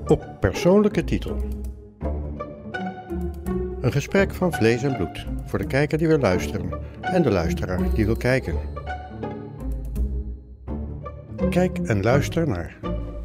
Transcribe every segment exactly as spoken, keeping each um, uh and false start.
Op persoonlijke titel. Een gesprek van vlees en bloed voor de kijker die wil luisteren en de luisteraar die wil kijken. Kijk en luister naar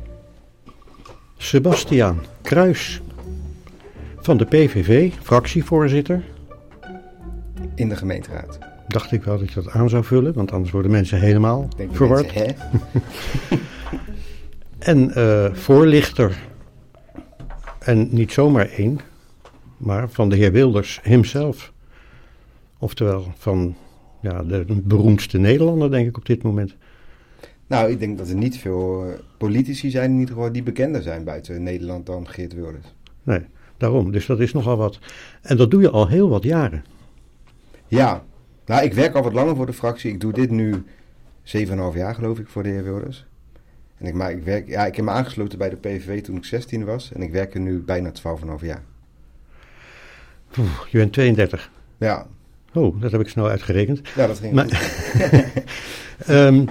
Sebastiaan Kruis van de P V V, fractievoorzitter. In de gemeenteraad. Dacht ik wel dat je dat aan zou vullen, want anders worden mensen helemaal Denk verward. Mensen, hè? En uh, voorlichter, en niet zomaar één, maar van de heer Wilders himself. Oftewel van ja, de beroemdste Nederlander, denk ik, op dit moment. Nou, ik denk dat er niet veel uh, politici zijn in ieder geval die bekender zijn buiten Nederland dan Geert Wilders. Nee, daarom. Dus dat is nogal wat. En dat doe je al heel wat jaren. Ja, nou, ik werk al wat langer voor de fractie. Ik doe dit nu zeven komma vijf jaar, geloof ik, voor de heer Wilders. En ik, maar ik, werk, ja, ik heb me aangesloten bij de P V V toen ik zestien was. En ik werk er nu bijna twaalf komma vijf jaar. Oeh, je bent tweeëndertig. Ja. Oh, dat heb ik snel uitgerekend. Ja, dat ging maar, goed. um,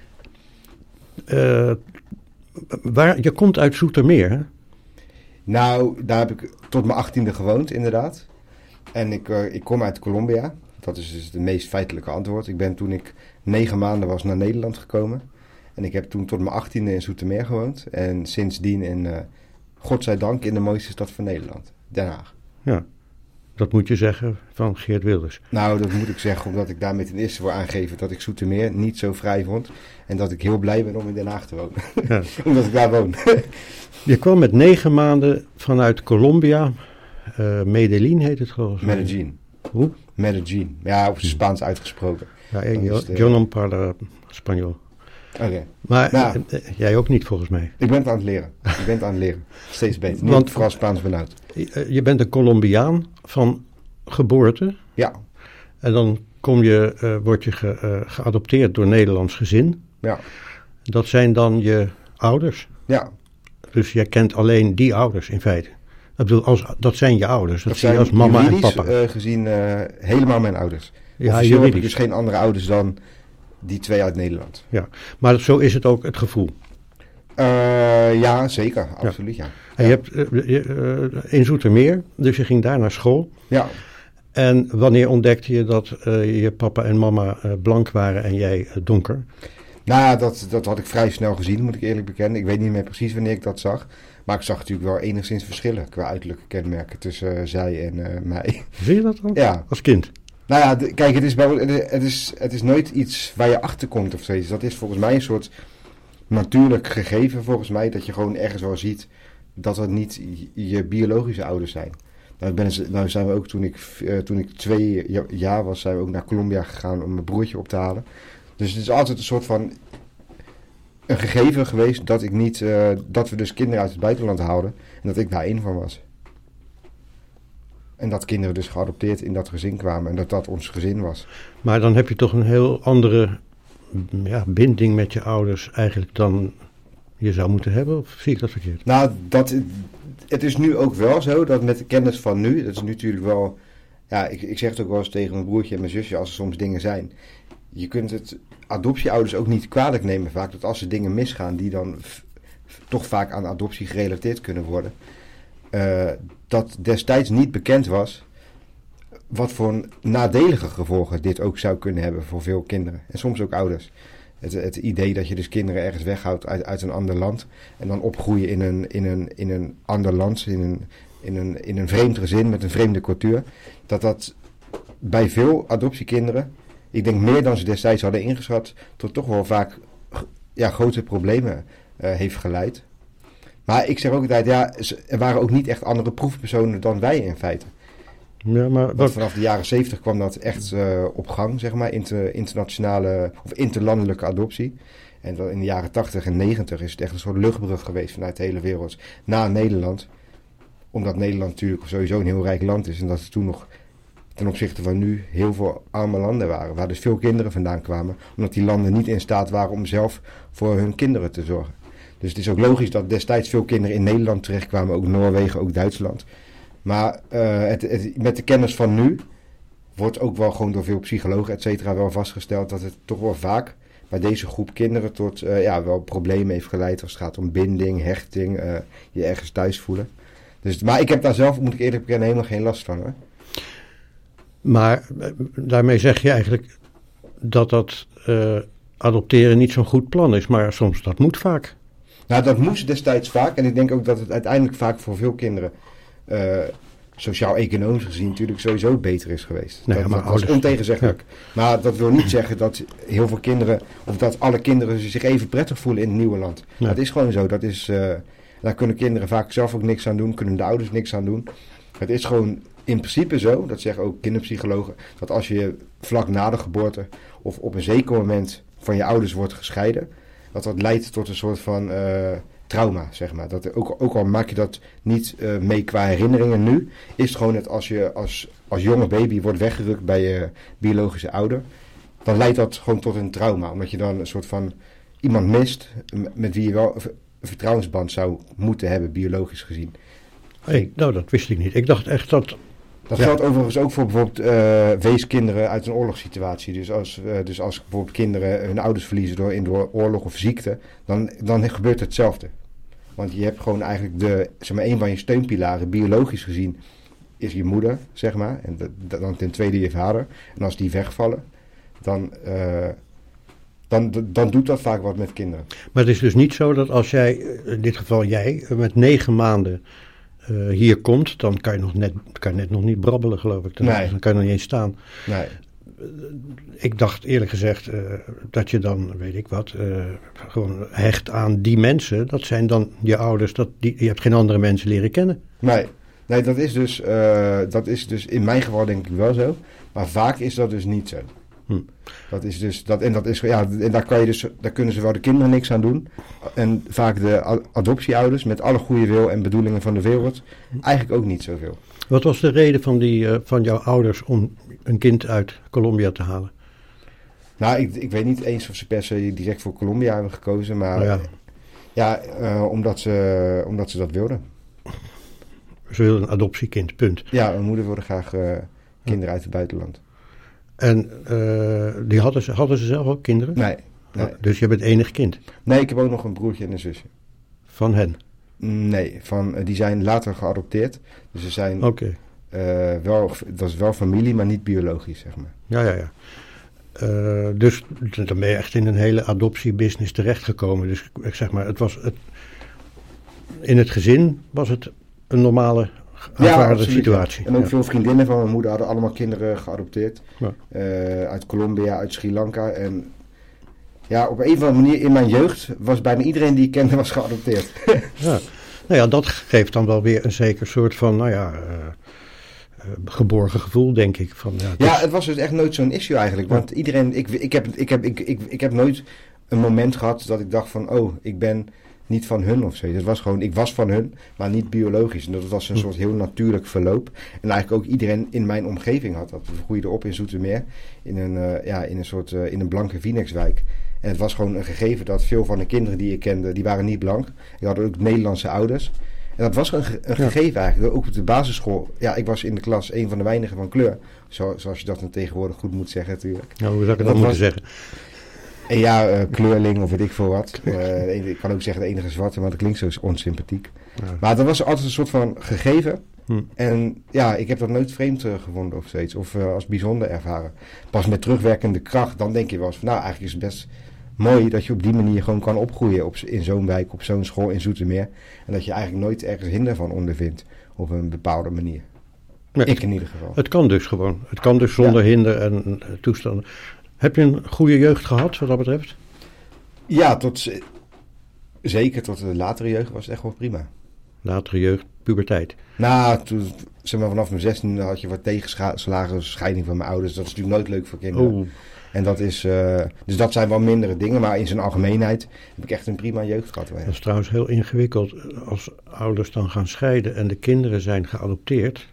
uh, waar, je komt uit Zoetermeer, hè? Nou, daar heb ik tot mijn achttiende gewoond, inderdaad. En ik, uh, ik kom uit Colombia. Dat is dus het meest feitelijke antwoord. Ik ben toen ik negen maanden was naar Nederland gekomen. En ik heb toen tot mijn achttiende in Zoetermeer gewoond. En sindsdien in, uh, godzijdank, in de mooiste stad van Nederland, Den Haag. Ja, dat moet je zeggen van Geert Wilders. Nou, dat moet ik zeggen omdat ik daarmee ten eerste voor aangeven dat ik Zoetermeer niet zo vrij vond. En dat ik heel blij ben om in Den Haag te wonen. Ja. Omdat ik daar woon. Je kwam met negen maanden vanuit Colombia. Uh, Medellín heet het geloof ik. Medellín. Hoe? Medellín. Ja, op Spaans uitgesproken. Ja, yo, yo no parlo español. Oké. Okay. Maar nou, uh, jij ook niet volgens mij. Ik ben het aan het leren. Ik ben het aan het leren. Steeds beter. Niet Want, vooral Spaans benauwd. Je bent een Colombiaan van geboorte. Ja. En dan kom je, uh, word je ge, uh, geadopteerd door een Nederlands gezin. Ja. Dat zijn dan je ouders. Ja. Dus jij kent alleen die ouders in feite. Ik bedoel, als, dat zijn je ouders. Dat, dat zie je als mama en papa. Uh, gezien uh, helemaal mijn ouders. Ja, officieel heb ik dus geen andere ouders dan die twee uit Nederland. Ja, maar zo is het ook het gevoel. Uh, ja, zeker. Absoluut, ja. ja. En je hebt uh, uh, in Zoetermeer, dus je ging daar naar school. Ja. En wanneer ontdekte je dat uh, je papa en mama uh, blank waren en jij uh, donker? Nou, dat, dat had ik vrij snel gezien, moet ik eerlijk bekennen. Ik weet niet meer precies wanneer ik dat zag. Maar ik zag natuurlijk wel enigszins verschillen qua uiterlijke kenmerken tussen uh, zij en uh, mij. Zie je dat dan? Ja. Als kind? Nou ja, de, kijk, het is, bij, het, is, het is nooit iets waar je achter komt of zoiets. Dat is volgens mij een soort natuurlijk gegeven volgens mij. Dat je gewoon ergens wel ziet dat het niet je biologische ouders zijn. Nou, ben, nou zijn we ook toen ik, uh, toen ik twee jaar was, zijn we ook naar Colombia gegaan om mijn broertje op te halen. Dus het is altijd een soort van een gegeven geweest dat ik niet, uh, dat we dus kinderen uit het buitenland haalden en dat ik daar één van was. En dat kinderen dus geadopteerd in dat gezin kwamen en dat dat ons gezin was. Maar dan heb je toch een heel andere ja, binding met je ouders eigenlijk dan je zou moeten hebben? Of zie ik dat verkeerd? Nou, dat, het is nu ook wel zo dat met de kennis van nu, dat is nu natuurlijk wel, ja, ik, ik zeg het ook wel eens tegen mijn broertje en mijn zusje als er soms dingen zijn. Je kunt het adoptieouders ook niet kwalijk nemen vaak, dat als er dingen misgaan die dan f, f, toch vaak aan adoptie gerelateerd kunnen worden. Uh, dat destijds niet bekend was wat voor nadelige gevolgen dit ook zou kunnen hebben voor veel kinderen. En soms ook ouders. Het, het idee dat je dus kinderen ergens weghoudt uit, uit een ander land en dan opgroeien in een, in een, in een ander land, in een, in, een, in een vreemd gezin met een vreemde cultuur. Dat dat bij veel adoptiekinderen, ik denk meer dan ze destijds hadden ingeschat, tot toch wel vaak ja, grote problemen uh, heeft geleid. Maar ik zeg ook altijd, ja, er waren ook niet echt andere proefpersonen dan wij in feite. Ja, maar wat... Vanaf de jaren zeventig kwam dat echt uh, op gang, zeg maar, inter, internationale of interlandelijke adoptie. En dan in de jaren tachtig en negentig is het echt een soort luchtbrug geweest vanuit de hele wereld naar Nederland. Omdat Nederland natuurlijk sowieso een heel rijk land is en dat er toen nog ten opzichte van nu heel veel arme landen waren. Waar dus veel kinderen vandaan kwamen, omdat die landen niet in staat waren om zelf voor hun kinderen te zorgen. Dus het is ook logisch dat destijds veel kinderen in Nederland terechtkwamen, ook Noorwegen, ook Duitsland. Maar uh, het, het, met de kennis van nu wordt ook wel gewoon door veel psychologen et cetera wel vastgesteld dat het toch wel vaak bij deze groep kinderen tot uh, ja, wel problemen heeft geleid als het gaat om binding, hechting, uh, je ergens thuis voelen. Dus, maar ik heb daar zelf, moet ik eerlijk bekennen, helemaal geen last van. Hoor. Maar daarmee zeg je eigenlijk dat dat uh, adopteren niet zo'n goed plan is, maar soms dat moet vaak. Nou, dat moest destijds vaak en ik denk ook dat het uiteindelijk vaak voor veel kinderen uh, sociaal-economisch gezien natuurlijk sowieso beter is geweest. Nee, dat maar dat was ontegenzeggelijk. Ja. Maar dat wil niet zeggen dat heel veel kinderen, of dat alle kinderen zich even prettig voelen in het nieuwe land. Ja. Dat is gewoon zo. Dat is, uh, daar kunnen kinderen vaak zelf ook niks aan doen, kunnen de ouders niks aan doen. Het is gewoon in principe zo, dat zeggen ook kinderpsychologen, dat als je vlak na de geboorte of op een zeker moment van je ouders wordt gescheiden, dat dat leidt tot een soort van uh, trauma, zeg maar. Dat ook, ook al maak je dat niet uh, mee qua herinneringen nu, is het gewoon net als je als, als jonge baby wordt weggerukt bij je biologische ouder, dan leidt dat gewoon tot een trauma. Omdat je dan een soort van iemand mist met wie je wel een vertrouwensband zou moeten hebben, biologisch gezien. Hey, nou, dat wist ik niet. Ik dacht echt dat... Dat geldt ja. overigens ook voor bijvoorbeeld uh, weeskinderen uit een oorlogssituatie. Dus als, uh, dus als bijvoorbeeld kinderen hun ouders verliezen door, in door oorlog of ziekte, dan, dan gebeurt hetzelfde. Want je hebt gewoon eigenlijk de, zeg maar, een van je steunpilaren, biologisch gezien, is je moeder, zeg maar. En de, de, dan ten tweede je vader. En als die wegvallen, dan, uh, dan, de, dan doet dat vaak wat met kinderen. Maar het is dus niet zo dat als jij, in dit geval jij, met negen maanden Uh, hier komt, dan kan je, nog net, kan je net nog niet brabbelen, geloof ik. Dan, nee. dan kan je nog niet eens staan. Nee. Uh, ik dacht eerlijk gezegd uh, dat je dan, weet ik wat, uh, gewoon hecht aan die mensen. Dat zijn dan je ouders, dat, die, je hebt geen andere mensen leren kennen. Nee, nee dat, is dus, uh, dat is dus in mijn geval denk ik wel zo. Maar vaak is dat dus niet zo. Hm. Dat is dus, dat, en dat is, ja, en daar, kan je dus, daar kunnen zowel de kinderen niks aan doen. En vaak de adoptieouders met alle goede wil en bedoelingen van de wereld eigenlijk ook niet zoveel. Wat was de reden van, die, uh, van jouw ouders om een kind uit Colombia te halen? Nou, ik, ik weet niet eens of ze per se direct voor Colombia hebben gekozen, maar oh ja, ja uh, omdat, ze, omdat ze dat wilden. Ze wilden een adoptiekind, punt. Ja, mijn moeder wilde graag uh, kinderen uit het buitenland. En uh, die hadden, ze, hadden ze zelf ook kinderen? Nee, nee. Oh, dus je bent het enige kind? Nee, ik heb ook nog een broertje en een zusje. Van hen? Nee, van, die zijn later geadopteerd. Dus ze zijn okay. uh, wel, dat is wel familie, maar niet biologisch, zeg maar. Ja, ja, ja. Uh, dus dan ben je echt in een hele adoptiebusiness terechtgekomen. Dus ik zeg maar, het was het, in het gezin was het een normale aanvaarde ja, situatie. Ja. En ook ja. veel vriendinnen van mijn moeder hadden allemaal kinderen geadopteerd. Ja. Uh, uit Colombia, uit Sri Lanka. En ja, op een of andere manier in mijn jeugd was bijna iedereen die ik kende was geadopteerd. Ja. Nou ja, dat geeft dan wel weer een zeker soort van, nou ja, uh, uh, geborgen gevoel, denk ik. Van, ja, ja, het was dus echt nooit zo'n issue eigenlijk. Want ja. iedereen, ik, ik, heb, ik, heb, ik, ik, ik heb nooit een moment gehad dat ik dacht van, oh, ik ben niet van hun of zo. Het was gewoon, ik was van hun, maar niet biologisch. En dat was een hm. soort heel natuurlijk verloop. En eigenlijk ook iedereen in mijn omgeving had dat. We groeiden op in Zoetermeer, in een, uh, ja, in een soort, uh, in een blanke Vinex-wijk. En het was gewoon een gegeven dat veel van de kinderen die ik kende, die waren niet blank. Die hadden ook Nederlandse ouders. En dat was een, ge- een ja. gegeven eigenlijk. Ook op de basisschool. Ja, ik was in de klas een van de weinigen van kleur. Zo, zoals je dat dan tegenwoordig goed moet zeggen natuurlijk. Nou, hoe zou ik het dan moeten zeggen? En ja, uh, kleurling of weet ik veel wat. Uh, ik kan ook zeggen de enige zwarte, maar dat klinkt zo onsympathiek. Ja. Maar dat was altijd een soort van gegeven. Hm. En ja, ik heb dat nooit vreemd uh, gevonden of zoiets. Of uh, als bijzonder ervaren. Pas met terugwerkende kracht, dan denk je wel eens van, nou, eigenlijk is het best mooi dat je op die manier gewoon kan opgroeien op, in zo'n wijk, op zo'n school in Zoetermeer. En dat je eigenlijk nooit ergens hinder van ondervindt op een bepaalde manier. Nee, ik in ieder geval. Het kan dus gewoon. Het kan dus zonder ja. hinder en uh, toestanden. Heb je een goede jeugd gehad wat dat betreft? Ja, tot, zeker tot de latere jeugd was het echt wel prima. Latere jeugd, puberteit? Nou, toen, zeg maar, vanaf mijn zestiende had je wat tegenslagen, scheiding van mijn ouders. Dat is natuurlijk nooit leuk voor kinderen. Oh. En dat is, uh, dus dat zijn wel mindere dingen, maar in zijn algemeenheid heb ik echt een prima jeugd gehad. Dat is trouwens heel ingewikkeld. Als ouders dan gaan scheiden en de kinderen zijn geadopteerd.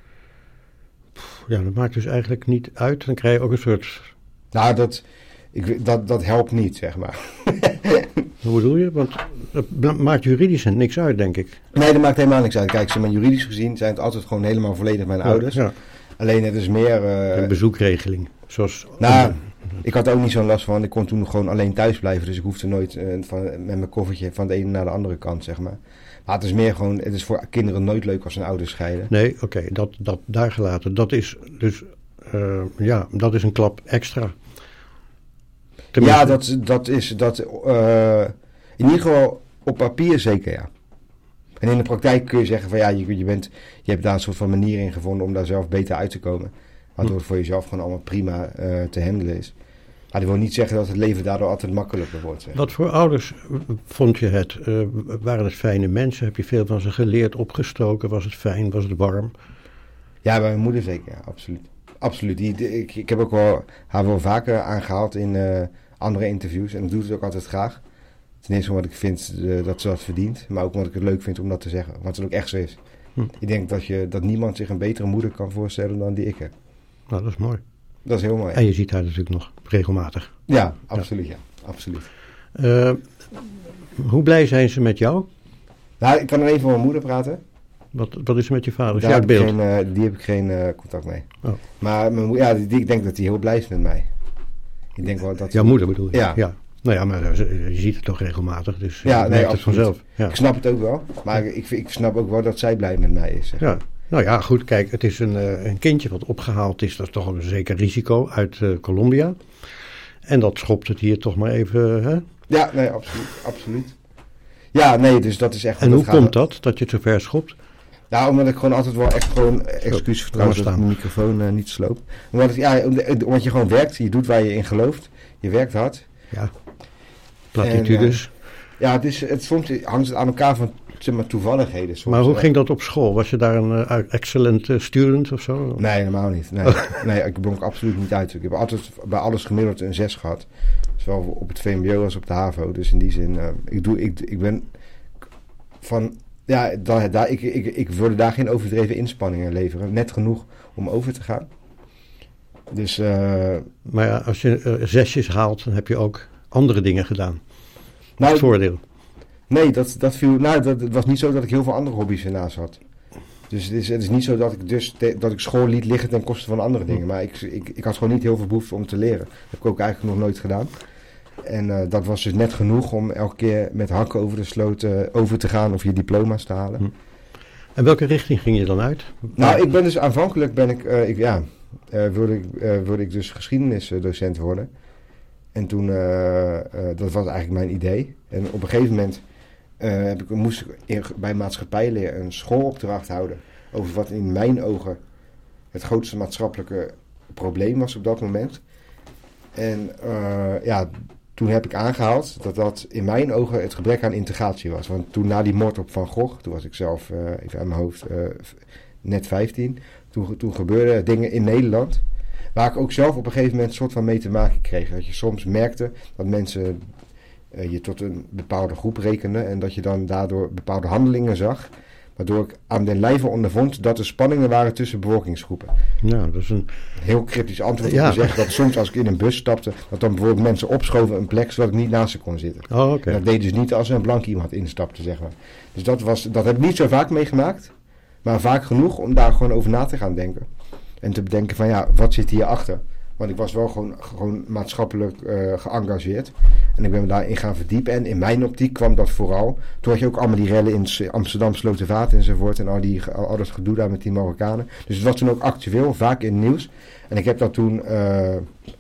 Pff, ja, dat maakt dus eigenlijk niet uit. Dan krijg je ook een soort... Nou, dat, ik, dat, dat helpt niet, zeg maar. Hoe bedoel je? Want dat maakt juridisch niks uit, denk ik. Nee, dat maakt helemaal niks uit. Kijk, zeg maar, juridisch gezien zijn het altijd gewoon helemaal volledig mijn ja, ouders. Ja. Alleen het is meer... Uh, een bezoekregeling. Zoals nou, Ik had er ook niet zo'n last van, want ik kon toen gewoon alleen thuis blijven. Dus ik hoefde nooit uh, van, met mijn koffertje van de ene naar de andere kant, zeg maar. Maar het is meer gewoon, het is voor kinderen nooit leuk als hun ouders scheiden. Nee, oké, okay, dat, dat daar gelaten. Dat is dus, uh, ja, dat is een klap extra. Tenminste. Ja, dat, dat is, dat, uh, in ieder geval op papier zeker, ja. En in de praktijk kun je zeggen van ja, je, je, bent, je hebt daar een soort van manier in gevonden om daar zelf beter uit te komen. Waardoor het voor jezelf gewoon allemaal prima uh, te handelen is. Maar dat wil niet zeggen dat het leven daardoor altijd makkelijker wordt. Zeg. Wat voor ouders vond je het? Uh, waren het fijne mensen? Heb je veel van ze geleerd, opgestoken? Was het fijn? Was het warm? Ja, bij mijn moeder zeker, ja, absoluut. Absoluut. Die, die, ik, ik heb ook wel, haar wel vaker aangehaald in uh, andere interviews. En ik doe het ook altijd graag. Ten eerste omdat ik vind uh, dat ze dat verdient. Maar ook omdat ik het leuk vind om dat te zeggen. Want het ook echt zo is. Hm. Ik denk dat, je, dat niemand zich een betere moeder kan voorstellen dan die ik heb. Nou, dat is mooi. Dat is heel mooi. En je ziet haar natuurlijk nog regelmatig. Ja, absoluut. Ja. Ja, absoluut. Uh, hoe blij zijn ze met jou? Nou, ik kan dan even met mijn moeder praten. Wat, wat is er met je vader? Daar ja, heb beeld. Geen, uh, die heb ik geen uh, contact mee. Oh. Maar mijn moeder, ja, die, ik denk dat hij heel blij is met mij. Ik denk wel dat jouw moeder bedoel je? Ja. ja. Nou ja, maar je ziet het toch regelmatig, dus ja, je nee, het vanzelf. Ja. Ik snap het ook wel, maar ik, ik snap ook wel dat zij blij met mij is. Zeg. Ja. Nou ja, goed, kijk, het is een, uh, een kindje wat opgehaald is, dat is toch een zeker risico uit uh, Colombia. En dat schopt het hier toch maar even, hè? Ja, nee, absoluut, absoluut. Ja, nee, dus dat is echt... En hoe dat komt dat, dat je het zo ver schopt? Nou, omdat ik gewoon altijd wel echt gewoon, excuus vertrouw dat ik mijn microfoon uh, niet sloop. Omdat, het, ja, omdat je gewoon werkt, je doet waar je in gelooft, je werkt hard. Ja, platitudes. En, uh, ja, het is, het, soms hangt het aan elkaar van zeg maar, toevalligheden. Soms, maar hoe uh, ging dat op school? Was je daar een uh, excellent uh, student of zo? Nee, helemaal niet. Nee, nee, ik blonk absoluut niet uit. Ik heb altijd bij alles gemiddeld een zes gehad. Zowel op het V M B O als op de HAVO. Dus in die zin, uh, ik, doe, ik, ik ben van... Ja, daar, daar, ik, ik, ik wilde daar geen overdreven inspanningen leveren. Net genoeg om over te gaan. Dus... Uh, maar ja, als je uh, zesjes haalt, dan heb je ook andere dingen gedaan. Nou, het voordeel. Nee, dat, dat viel... Nou, dat, het was niet zo dat ik heel veel andere hobby's ernaast had. Dus het is, het is niet zo dat ik, dus te, dat ik school liet liggen ten koste van andere dingen. Maar ik, ik, ik had gewoon niet heel veel behoefte om te leren. Dat heb ik ook eigenlijk nog nooit gedaan. En uh, dat was dus net genoeg om elke keer met hakken over de sloot uh, over te gaan of je diploma's te halen. Hm. En welke richting ging je dan uit? Nou, ik ben dus aanvankelijk ben ik, uh, ik ja, uh, wilde, ik, uh, wilde ik dus geschiedenisdocent worden. En toen, uh, uh, dat was eigenlijk mijn idee. En op een gegeven moment uh, heb ik, moest ik in, bij maatschappijleer een schoolopdracht houden over wat in mijn ogen het grootste maatschappelijke probleem was op dat moment. En uh, ja, toen heb ik aangehaald dat dat in mijn ogen het gebrek aan integratie was. Want toen na die moord op Van Gogh, toen was ik zelf, uh, even aan mijn hoofd, uh, net vijftien. Toen, toen gebeurden dingen in Nederland waar ik ook zelf op een gegeven moment een soort van mee te maken kreeg. Dat je soms merkte dat mensen uh, je tot een bepaalde groep rekenden en dat je dan daardoor bepaalde handelingen zag. Waardoor ik aan den lijve ondervond dat er spanningen waren tussen bevolkingsgroepen. Nou, dat is een... Heel cryptisch antwoord om ja. te zeggen dat soms als ik in een bus stapte, dat dan bijvoorbeeld mensen opschoven een plek zodat ik niet naast ze kon zitten. Oh, okay. Dat deed dus niet als er een blank iemand instapte, zeg maar. Dus dat, was, dat heb ik niet zo vaak meegemaakt, maar vaak genoeg om daar gewoon over na te gaan denken. En te bedenken van ja, wat zit hierachter? Want ik was wel gewoon, gewoon maatschappelijk uh, geëngageerd. En ik ben me daarin gaan verdiepen. En in mijn optiek kwam dat vooral. Toen had je ook allemaal die rellen in Amsterdam, Slotervaart enzovoort. En al, die, al dat gedoe daar met die Marokkanen. Dus het was toen ook actueel, vaak in het nieuws. En ik heb daar toen, uh,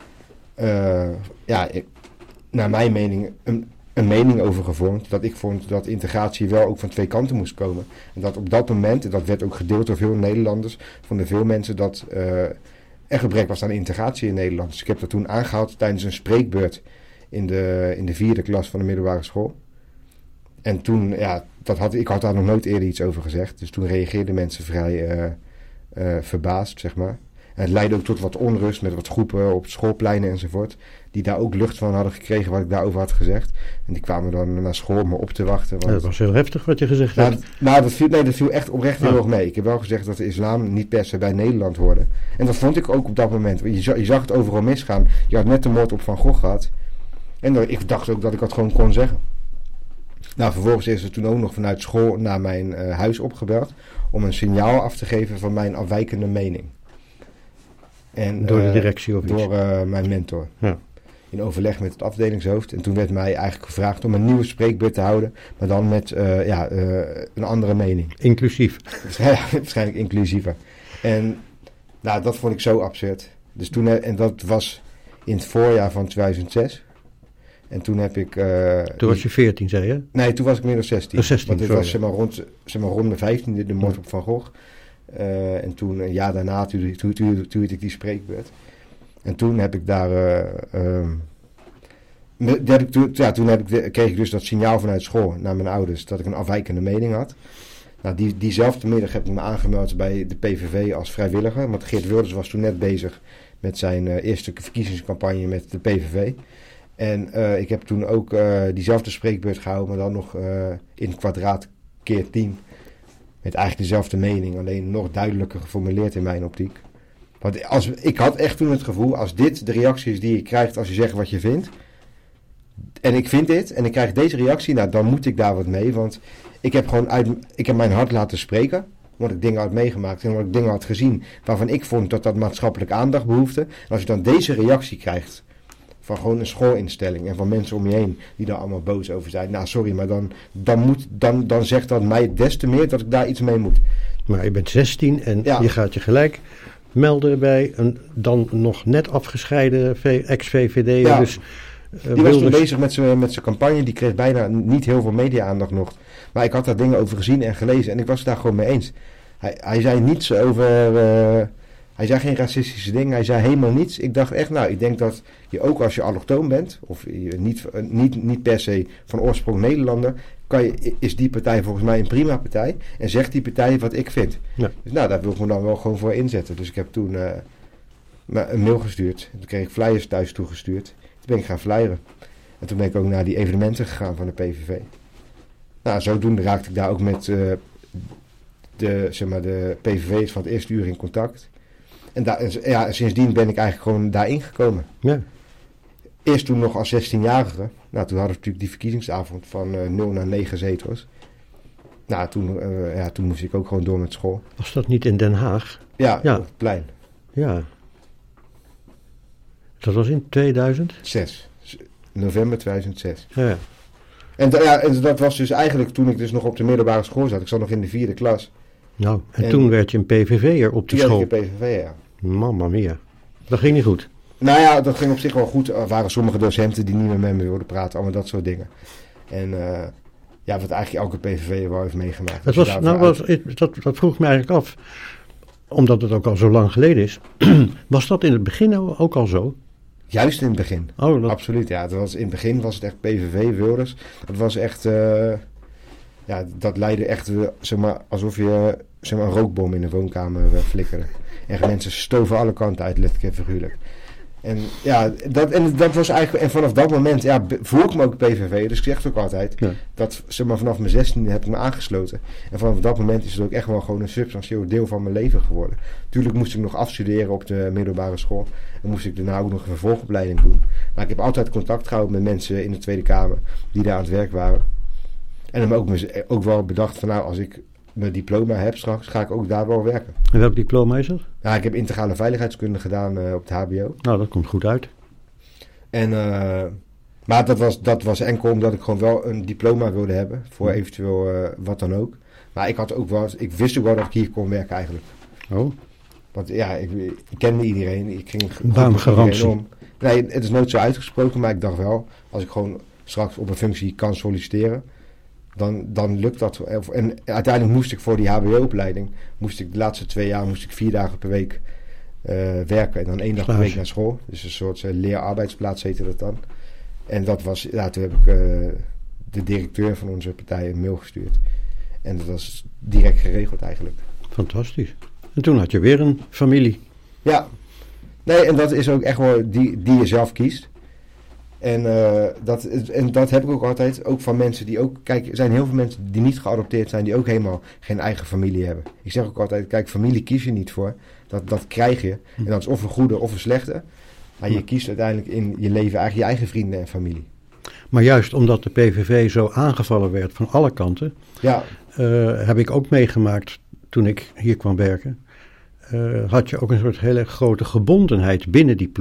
uh, ja, ik, naar mijn mening, een, een mening over gevormd. Dat ik vond dat integratie wel ook van twee kanten moest komen. En dat op dat moment, en dat werd ook gedeeld door veel Nederlanders, vonden veel mensen dat... Uh, er gebrek was aan integratie in Nederland. Dus ik heb dat toen aangehaald tijdens een spreekbeurt in de, in de vierde klas van de middelbare school. En toen, ja, dat had, ik had daar nog nooit eerder iets over gezegd. Dus toen reageerden mensen vrij uh, uh, verbaasd, zeg maar. En het leidde ook tot wat onrust met wat groepen op schoolpleinen enzovoort. Die daar ook lucht van hadden gekregen wat ik daarover had gezegd. En die kwamen dan naar school om me op te wachten. Want... Ja, dat was heel heftig wat je gezegd nou, hebt. Nou, dat viel, nee, dat viel echt oprecht heel erg mee. Ik heb wel gezegd dat de islam niet per se bij Nederland hoorde. En dat vond ik ook op dat moment. Je zag, je zag het overal misgaan. Je had net de moord op Van Gogh gehad. En dan, ik dacht ook dat ik dat gewoon kon zeggen. Nou, vervolgens is er toen ook nog vanuit school naar mijn uh, huis opgebeld. Om een signaal af te geven van mijn afwijkende mening. En, door de uh, directie of iets? Door uh, mijn mentor. Ja. in overleg met het afdelingshoofd. En toen werd mij eigenlijk gevraagd om een nieuwe spreekbeurt te houden, maar dan met uh, ja, uh, een andere mening. Inclusief. Ja, waarschijnlijk inclusiever. En nou, dat vond ik zo absurd. Dus toen, en dat was in het voorjaar van tweeduizend zes. En toen heb ik... Uh, toen was je veertien, zei je? Nee, toen was ik inmiddels zestien. Oh, zestien, Want dit sorry. was zeg maar, rond, zeg maar, rond mijn vijftiende, de moord op Van Gogh. Uh, en toen, een jaar daarna, toen, toen, toen, toen ik die spreekbeurt. En toen heb ik daar... Uh, um, heb ik, toen, ja, toen heb ik de, kreeg ik dus dat signaal vanuit school naar mijn ouders dat ik een afwijkende mening had. Nou, die, diezelfde middag heb ik me aangemeld bij de P V V als vrijwilliger. Want Geert Wilders was toen net bezig met zijn uh, eerste verkiezingscampagne met de P V V. En uh, ik heb toen ook uh, diezelfde spreekbeurt gehouden, maar dan nog uh, in kwadraat keer tien. Met eigenlijk dezelfde mening, alleen nog duidelijker geformuleerd in mijn optiek. Want als, ik had echt toen het gevoel, als dit de reactie is die je krijgt als je zegt wat je vindt. En ik vind dit en ik krijg deze reactie, nou dan moet ik daar wat mee. Want ik heb gewoon uit, ik heb mijn hart laten spreken. Omdat ik dingen had meegemaakt en omdat ik dingen had gezien waarvan ik vond dat dat maatschappelijk aandacht behoefde. En als je dan deze reactie krijgt van gewoon een schoolinstelling en van mensen om je heen die daar allemaal boos over zijn. Nou sorry, maar dan, dan, moet, dan, dan zegt dat mij des te meer dat ik daar iets mee moet. Maar je bent zestien en ja. je gaat je gelijk melden bij een dan nog net afgescheiden ex-V V D'er. Ja. Dus, uh, die was toen bezig met zijn met zijn campagne. Die kreeg bijna niet heel veel media-aandacht nog. Maar ik had daar dingen over gezien en gelezen en ik was het daar gewoon mee eens. Hij, hij zei niets over... Uh, hij zei geen racistische dingen. Hij zei helemaal niets. Ik dacht echt, nou, ik denk dat je ook als je allochtoon bent, of je niet, niet, niet per se van oorsprong Nederlander, kan je, is die partij volgens mij een prima partij. En zegt die partij wat ik vind. Ja. Dus nou, daar wil ik me dan wel gewoon voor inzetten. Dus ik heb toen uh, een mail gestuurd. Toen kreeg ik flyers thuis toegestuurd. Toen ben ik gaan flyeren. En toen ben ik ook naar die evenementen gegaan van de P V V. Nou, zodoende raakte ik daar ook met uh, de, zeg maar, de P V V's van het eerste uur in contact. En daar, ja, sindsdien ben ik eigenlijk gewoon daarin gekomen. Ja. Eerst toen nog als zestienjarige. Nou, toen hadden we natuurlijk die verkiezingsavond van uh, nul naar negen zetels. Nou, toen, uh, ja, toen moest ik ook gewoon door met school. Was dat niet in Den Haag? Ja, ja. op het plein. Ja. Dat was in tweeduizend? Zes. November tweeduizend zes. Ja. En, ja, en dat was dus eigenlijk toen ik dus nog op de middelbare school zat. Ik zat nog in de vierde klas. Nou, en, en toen werd je een P V V'er op de toen school. Ja, ik een P V V, ja. Mamma mia. Dat ging niet goed. Nou ja, dat ging op zich wel goed. Er waren sommige docenten die niet meer met me wilden praten. Allemaal dat soort dingen. En uh, ja, wat eigenlijk elke P V V'er wel heeft meegemaakt. Dat, was, nou was, dat, dat vroeg me eigenlijk af. Omdat het ook al zo lang geleden is. Was dat in het begin ook al zo? Juist in het begin. Oh, dat... Absoluut, ja. Het was, in het begin was het echt P V V, Wilders. Het was echt... Uh, ja, dat leidde echt, uh, zeg maar, alsof je zeg maar, een rookbom in de woonkamer uh, flikkerde. En mensen stoven alle kanten uit, letterlijk en figuurlijk. En ja, dat, en dat was eigenlijk... En vanaf dat moment, ja, voel ik me ook P V V. Dus ik zeg het ook altijd. Ja. Dat, zeg maar, vanaf mijn zestiende heb ik me aangesloten. En vanaf dat moment is het ook echt wel gewoon een substantieel deel van mijn leven geworden. Tuurlijk moest ik nog afstuderen op de middelbare school. En moest ik daarna ook nog een vervolgopleiding doen. Maar ik heb altijd contact gehouden met mensen in de Tweede Kamer die daar aan het werk waren. En heb ook, ook wel bedacht van nou, als ik mijn diploma heb straks, ga ik ook daar wel werken. En welk diploma is dat? Ja, ik heb integrale veiligheidskunde gedaan uh, op het H B O. Nou, dat komt goed uit. En, uh, maar dat was, dat was enkel omdat ik gewoon wel een diploma wilde hebben. Voor eventueel uh, wat dan ook. Maar ik had ook wel, ik wist ook wel dat ik hier kon werken eigenlijk. Oh. Want ja, ik, ik kende iedereen. Ik ging baangarantie om. Nee, het is nooit zo uitgesproken, maar ik dacht wel, als ik gewoon straks op een functie kan solliciteren, dan, dan lukt dat. En uiteindelijk moest ik voor die H B O-opleiding, moest ik de laatste twee jaar moest ik vier dagen per week uh, werken en dan één dag per week naar school. Dus een soort uh, leerarbeidsplaats heette dat dan. En dat was, ja, toen heb ik uh, de directeur van onze partij een mail gestuurd. En dat was direct geregeld eigenlijk. Fantastisch. En toen had je weer een familie. Ja. Nee, en dat is ook echt wel die, die je zelf kiest. En, uh, dat, en dat heb ik ook altijd, ook van mensen die ook... Kijk, er zijn heel veel mensen die niet geadopteerd zijn, die ook helemaal geen eigen familie hebben. Ik zeg ook altijd, kijk, familie kies je niet voor. Dat, dat krijg je. En dat is of een goede of een slechte. Maar je kiest uiteindelijk in je leven eigenlijk je eigen vrienden en familie. Maar juist omdat de P V V zo aangevallen werd van alle kanten, ja. uh, heb ik ook meegemaakt toen ik hier kwam werken. Uh, had je ook een soort hele grote gebondenheid binnen die ploeg.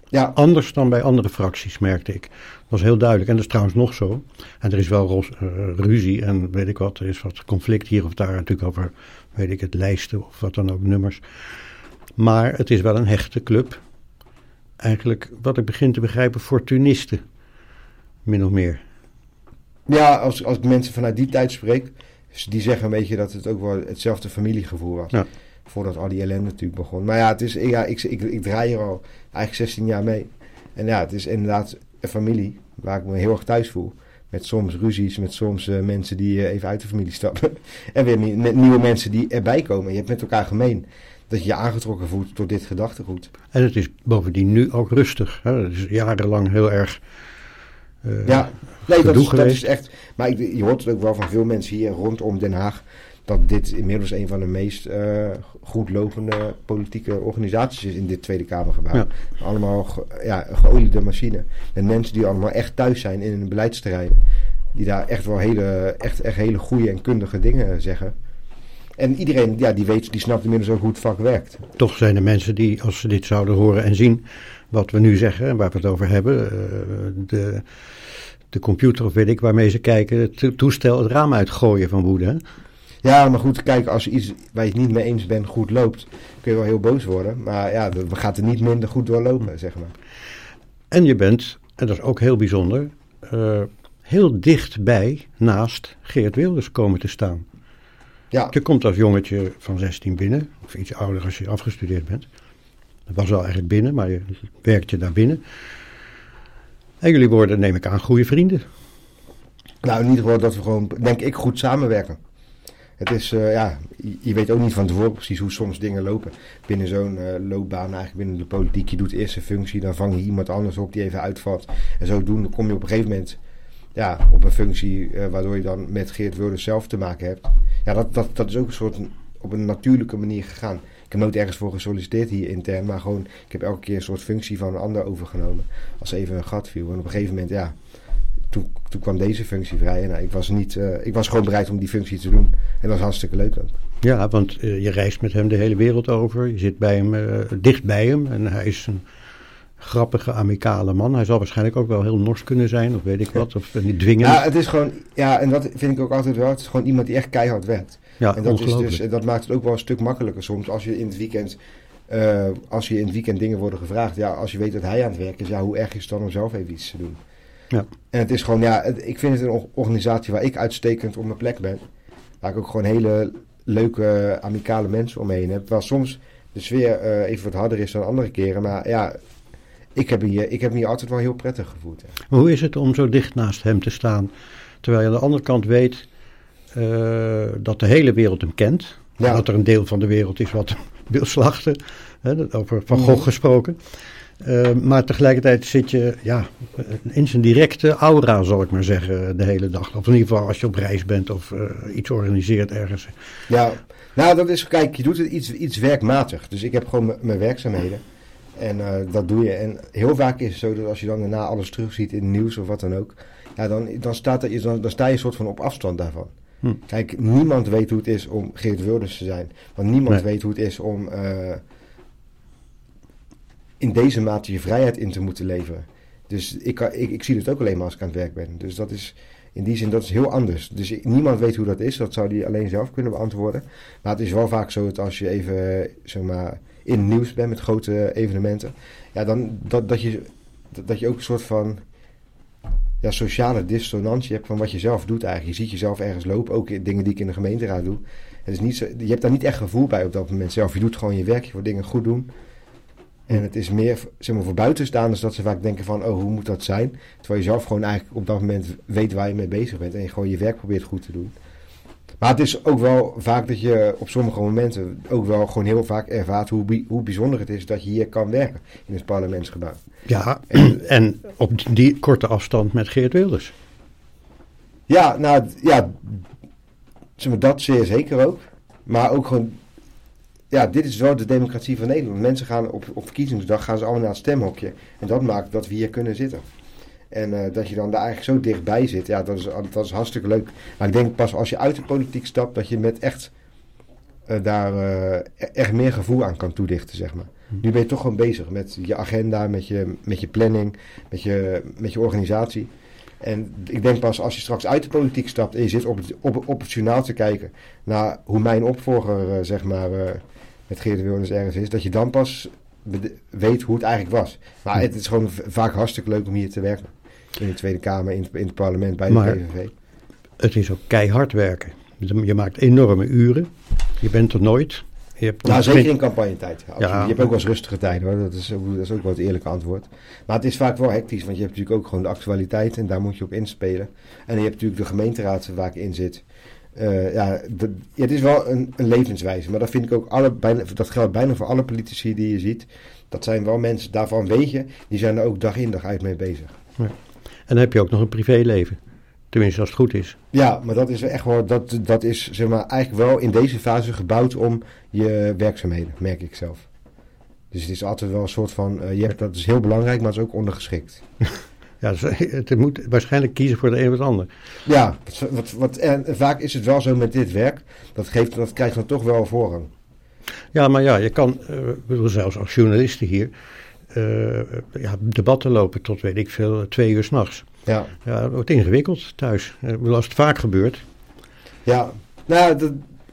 Ja. Anders dan bij andere fracties, merkte ik. Dat was heel duidelijk. En dat is trouwens nog zo. En er is wel ros, uh, ruzie en weet ik wat. Er is wat conflict hier of daar natuurlijk over, weet ik het, lijsten of wat dan ook, nummers. Maar het is wel een hechte club. Eigenlijk, wat ik begin te begrijpen, fortunisten. Min of meer. Ja, als, als ik mensen vanuit die tijd spreek, die zeggen een beetje dat het ook wel hetzelfde familiegevoel was. Ja. Voordat al die ellende natuurlijk begon. Maar ja, het is, ja ik, ik, ik draai hier al eigenlijk zestien jaar mee. En ja, het is inderdaad een familie waar ik me heel erg thuis voel. Met soms ruzies, met soms uh, mensen die uh, even uit de familie stappen. En weer met nieuwe mensen die erbij komen. Je hebt met elkaar gemeen dat je je aangetrokken voelt tot dit gedachtegoed. En het is bovendien nu ook rustig. Hè? Het is jarenlang heel erg uh, ja, nee, dat is, dat is echt... Maar ik, je hoort het ook wel van veel mensen hier rondom Den Haag, dat dit inmiddels een van de meest uh, goed lopende politieke organisaties is in dit Tweede Kamergebouw. Ja. Allemaal ge, ja, geoliede machine. Met mensen die allemaal echt thuis zijn in een beleidsterrein. Die daar echt wel hele, echt, echt hele goede en kundige dingen zeggen. En iedereen ja, die weet, die snapt inmiddels ook hoe het vak werkt. Toch zijn er mensen die, als ze dit zouden horen en zien, wat we nu zeggen en waar we het over hebben, uh, de, de computer of weet ik waarmee ze kijken, het toestel het raam uitgooien van woede. Hè? Ja, maar goed, kijk, als je iets waar je het niet mee eens bent goed loopt, kun je wel heel boos worden. Maar ja, we gaat er niet minder goed doorlopen, zeg maar. En je bent, en dat is ook heel bijzonder, uh, heel dichtbij naast Geert Wilders komen te staan. Ja. Je komt als jongetje van zestien binnen, of iets ouder als je afgestudeerd bent. Dat was wel eigenlijk binnen, maar je werkt je daar binnen. En jullie worden, neem ik aan, goede vrienden. Nou, in ieder geval dat we gewoon, denk ik, goed samenwerken. Het is, uh, ja, je weet ook niet van tevoren precies hoe soms dingen lopen. Binnen zo'n uh, loopbaan, eigenlijk binnen de politiek. Je doet eerst een functie, dan vang je iemand anders op die even uitvalt. En zodoende kom je op een gegeven moment ja, op een functie uh, waardoor je dan met Geert Wilders zelf te maken hebt. Ja, dat, dat, dat is ook een soort op een natuurlijke manier gegaan. Ik heb nooit ergens voor gesolliciteerd hier intern, maar gewoon, ik heb elke keer een soort functie van een ander overgenomen. Als even een gat viel. En op een gegeven moment, ja, toen, toen kwam deze functie vrij. En nou, ik was niet, uh, ik was gewoon bereid om die functie te doen. En dat was hartstikke leuk ook. Ja, want uh, je reist met hem de hele wereld over. Je zit bij hem, uh, dicht bij hem. En hij is een grappige, amicale man. Hij zal waarschijnlijk ook wel heel nors kunnen zijn, of weet ik wat. Of niet dwingend. Ja, het is gewoon, ja, en dat vind ik ook altijd wel. Het is gewoon iemand die echt keihard werkt. Ja, en dat, is dus, dat maakt het ook wel een stuk makkelijker soms. Als je in het weekend, uh, als je in het weekend dingen worden gevraagd. Ja, als je weet dat hij aan het werk is, ja, hoe erg is het dan om zelf even iets te doen? Ja. En het is gewoon, ja, het, ik vind het een organisatie waar ik uitstekend op mijn plek ben. Waar ik ook gewoon hele leuke, amicale mensen omheen heb. Waar soms de sfeer uh, even wat harder is dan andere keren. Maar ja, ik heb, hier, ik heb me hier altijd wel heel prettig gevoeld. Ja. Maar hoe is het om zo dicht naast hem te staan? Terwijl je aan de andere kant weet uh, dat de hele wereld hem kent. Ja. Dat er een deel van de wereld is wat wil slachten. Hè, over Van Gogh gesproken. Uh, maar tegelijkertijd zit je ja, in zijn directe aura, zal ik maar zeggen, de hele dag. Of in ieder geval als je op reis bent of uh, iets organiseert ergens. Ja, nou dat is, kijk, je doet het iets, iets werkmatig. Dus ik heb gewoon m- mijn werkzaamheden. En uh, dat doe je. En heel vaak is het zo dat als je dan daarna alles terugziet in het nieuws of wat dan ook. Ja, dan, dan, staat er, dan, dan sta je een soort van op afstand daarvan. Hm. Kijk, niemand weet hoe het is om Geert Wilders te zijn. Want niemand nee. weet hoe het is om Uh, in deze mate je vrijheid in te moeten leveren. Dus ik, ik, ik zie het ook alleen maar als ik aan het werk ben. Dus dat is in die zin, dat is heel anders. Dus ik, niemand weet hoe dat is. Dat zou die alleen zelf kunnen beantwoorden. Maar het is wel vaak zo dat als je even zeg maar, in het nieuws bent met grote evenementen. Ja, dan dat, dat, je, dat, dat je ook een soort van ja, sociale dissonantie hebt van wat je zelf doet eigenlijk. Je ziet jezelf ergens lopen. Ook dingen die ik in de gemeenteraad doe. Het is niet zo, je hebt daar niet echt gevoel bij op dat moment zelf. Je doet gewoon je werk, je wil dingen goed doen. En het is meer zeg maar, voor buitenstaanders dat ze vaak denken van, oh, hoe moet dat zijn? Terwijl je zelf gewoon eigenlijk op dat moment weet waar je mee bezig bent. En je gewoon je werk probeert goed te doen. Maar het is ook wel vaak dat je op sommige momenten ook wel gewoon heel vaak ervaart hoe, bi- hoe bijzonder het is dat je hier kan werken in het parlementsgebouw. Ja, en, en op die korte afstand met Geert Wilders. Ja, nou ja, zeg maar, dat zeer zeker ook. Maar ook gewoon, ja, dit is wel de democratie van Nederland. Mensen gaan op, op verkiezingsdag gaan ze allemaal naar het stemhokje. En dat maakt dat we hier kunnen zitten. En uh, dat je dan daar eigenlijk zo dichtbij zit, ja, dat is, dat is hartstikke leuk. Maar ik denk pas als je uit de politiek stapt, dat je met echt uh, daar uh, echt meer gevoel aan kan toedichten, zeg maar. Hmm. Nu ben je toch gewoon bezig met je agenda, met je, met je planning, met je, met je organisatie. En ik denk pas als je straks uit de politiek stapt en je zit op het, op, op het journaal te kijken naar hoe mijn opvolger, uh, zeg maar, uh, met Geert Wilders ergens is, dat je dan pas bede- weet hoe het eigenlijk was. Maar hmm. het is gewoon v- vaak hartstikke leuk om hier te werken. In de Tweede Kamer, in het, in het parlement, bij de maar P V V. Het is ook keihard werken. Je maakt enorme uren. Je bent er nooit. Je hebt nou, zeker geen... in campagnetijd. Ja, je hebt ook wel eens rustige tijden, hoor. Dat is, dat is ook wel het eerlijke antwoord. Maar het is vaak wel hectisch, want je hebt natuurlijk ook gewoon de actualiteit en daar moet je op inspelen. En je hebt natuurlijk de gemeenteraad waar ik in zit. Uh, ja, de, ja, het is wel een, een levenswijze, maar dat vind ik ook alle, bijna, dat geldt bijna voor alle politici die je ziet. Dat zijn wel mensen, daarvan weet je, die zijn er ook dag in dag uit mee bezig. Ja. En dan heb je ook nog een privéleven. Tenminste, als het goed is. Ja, maar dat is echt wel, dat, dat is zeg maar eigenlijk wel in deze fase gebouwd om je werkzaamheden, merk ik zelf. Dus het is altijd wel een soort van, uh, je hebt, dat is heel belangrijk, maar het is ook ondergeschikt. Ja, dus het moet waarschijnlijk kiezen voor de een of het ander. Ja, wat, wat, wat, en vaak is het wel zo met dit werk, dat, geeft, dat krijgt dan toch wel voorrang. Ja, maar ja, je kan, uh, bedoel, zelfs als journalisten hier, uh, ja, debatten lopen tot, weet ik veel, twee uur 's nachts. Ja. Ja, het wordt ingewikkeld thuis. Als het vaak gebeurt. Ja, nou, dat,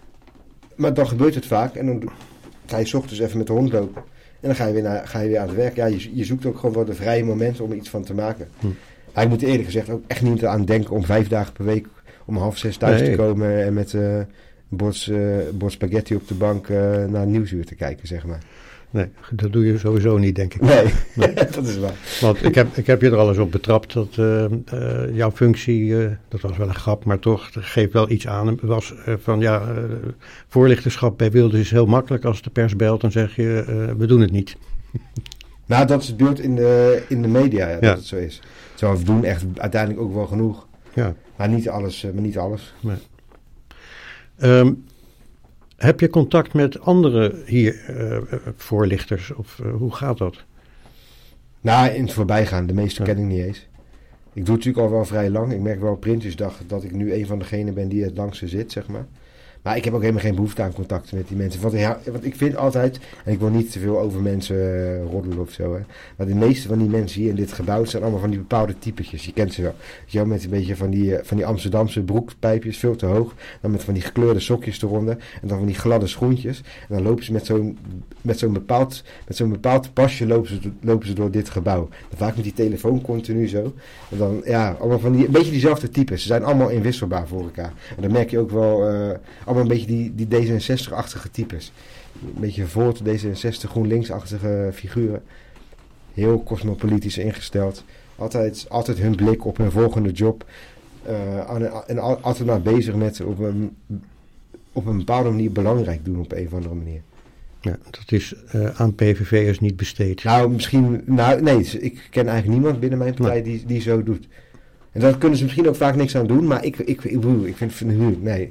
maar dan gebeurt het vaak. En dan ga je 's ochtends even met de hond lopen. En dan ga je weer, naar, ga je weer aan het werk. Ja, je, je zoekt ook gewoon wel de vrije momenten om er iets van te maken. Hm. Maar ik moet eerlijk gezegd ook echt niet aan denken om vijf dagen per week om half zes thuis nee. te komen. En met uh, een bord, uh, bord spaghetti op de bank uh, naar Nieuwsuur te kijken, zeg maar. Nee, dat doe je sowieso niet, denk ik. Nee, nee. Dat is waar. Want ik heb, ik heb je er al eens op betrapt dat uh, uh, jouw functie, uh, dat was wel een grap, maar toch, dat geeft wel iets aan. Was uh, van ja, uh, voorlichterschap bij Wilders is heel makkelijk. Als de pers belt, dan zeg je, uh, we doen het niet. Nou, dat is het beeld in de, in de media, ja, ja. Dat het zo is. Zo, we doen echt uiteindelijk ook wel genoeg. Ja. Maar niet alles. Uh, maar niet alles. Nee. Um, Heb je contact met andere hier uh, voorlichters of uh, hoe gaat dat? Nou, in het voorbijgaan. De meeste ja. ken ik niet eens. Ik doe het natuurlijk al wel vrij lang. Ik merk wel op Prinsjesdag dat ik nu een van degenen ben die het langste zit, zeg maar. Maar ik heb ook helemaal geen behoefte aan contacten met die mensen. Want, ja, want ik vind altijd, en ik wil niet te veel over mensen uh, roddelen of zo, hè, maar de meeste van die mensen hier in dit gebouw zijn allemaal van die bepaalde typetjes. Je kent ze wel. Je met een beetje van die, van die Amsterdamse broekpijpjes, veel te hoog. Dan met van die gekleurde sokjes eronder. En dan van die gladde schoentjes. En dan lopen ze met zo'n, met zo'n, bepaald, met zo'n bepaald pasje lopen ze, lopen ze door dit gebouw. Dan vaak met die telefoon continu zo. En dan, ja, allemaal van die, een beetje diezelfde types. Ze zijn allemaal inwisselbaar voor elkaar. En dan merk je ook wel... Uh, een beetje die, die D zesenzestig-achtige types. Een beetje voor D zesenzestig, GroenLinks-achtige figuren. Heel cosmopolitisch ingesteld. Altijd, altijd hun blik op hun volgende job. Uh, en altijd maar bezig met op een, op een bepaalde manier belangrijk doen op een of andere manier. Ja, dat is uh, aan P V V'ers niet besteed. Nou, misschien... Nou, nee, ik ken eigenlijk niemand binnen mijn partij die, die zo doet. En daar kunnen ze misschien ook vaak niks aan doen, maar ik, ik, ik, ik vind het... Nee...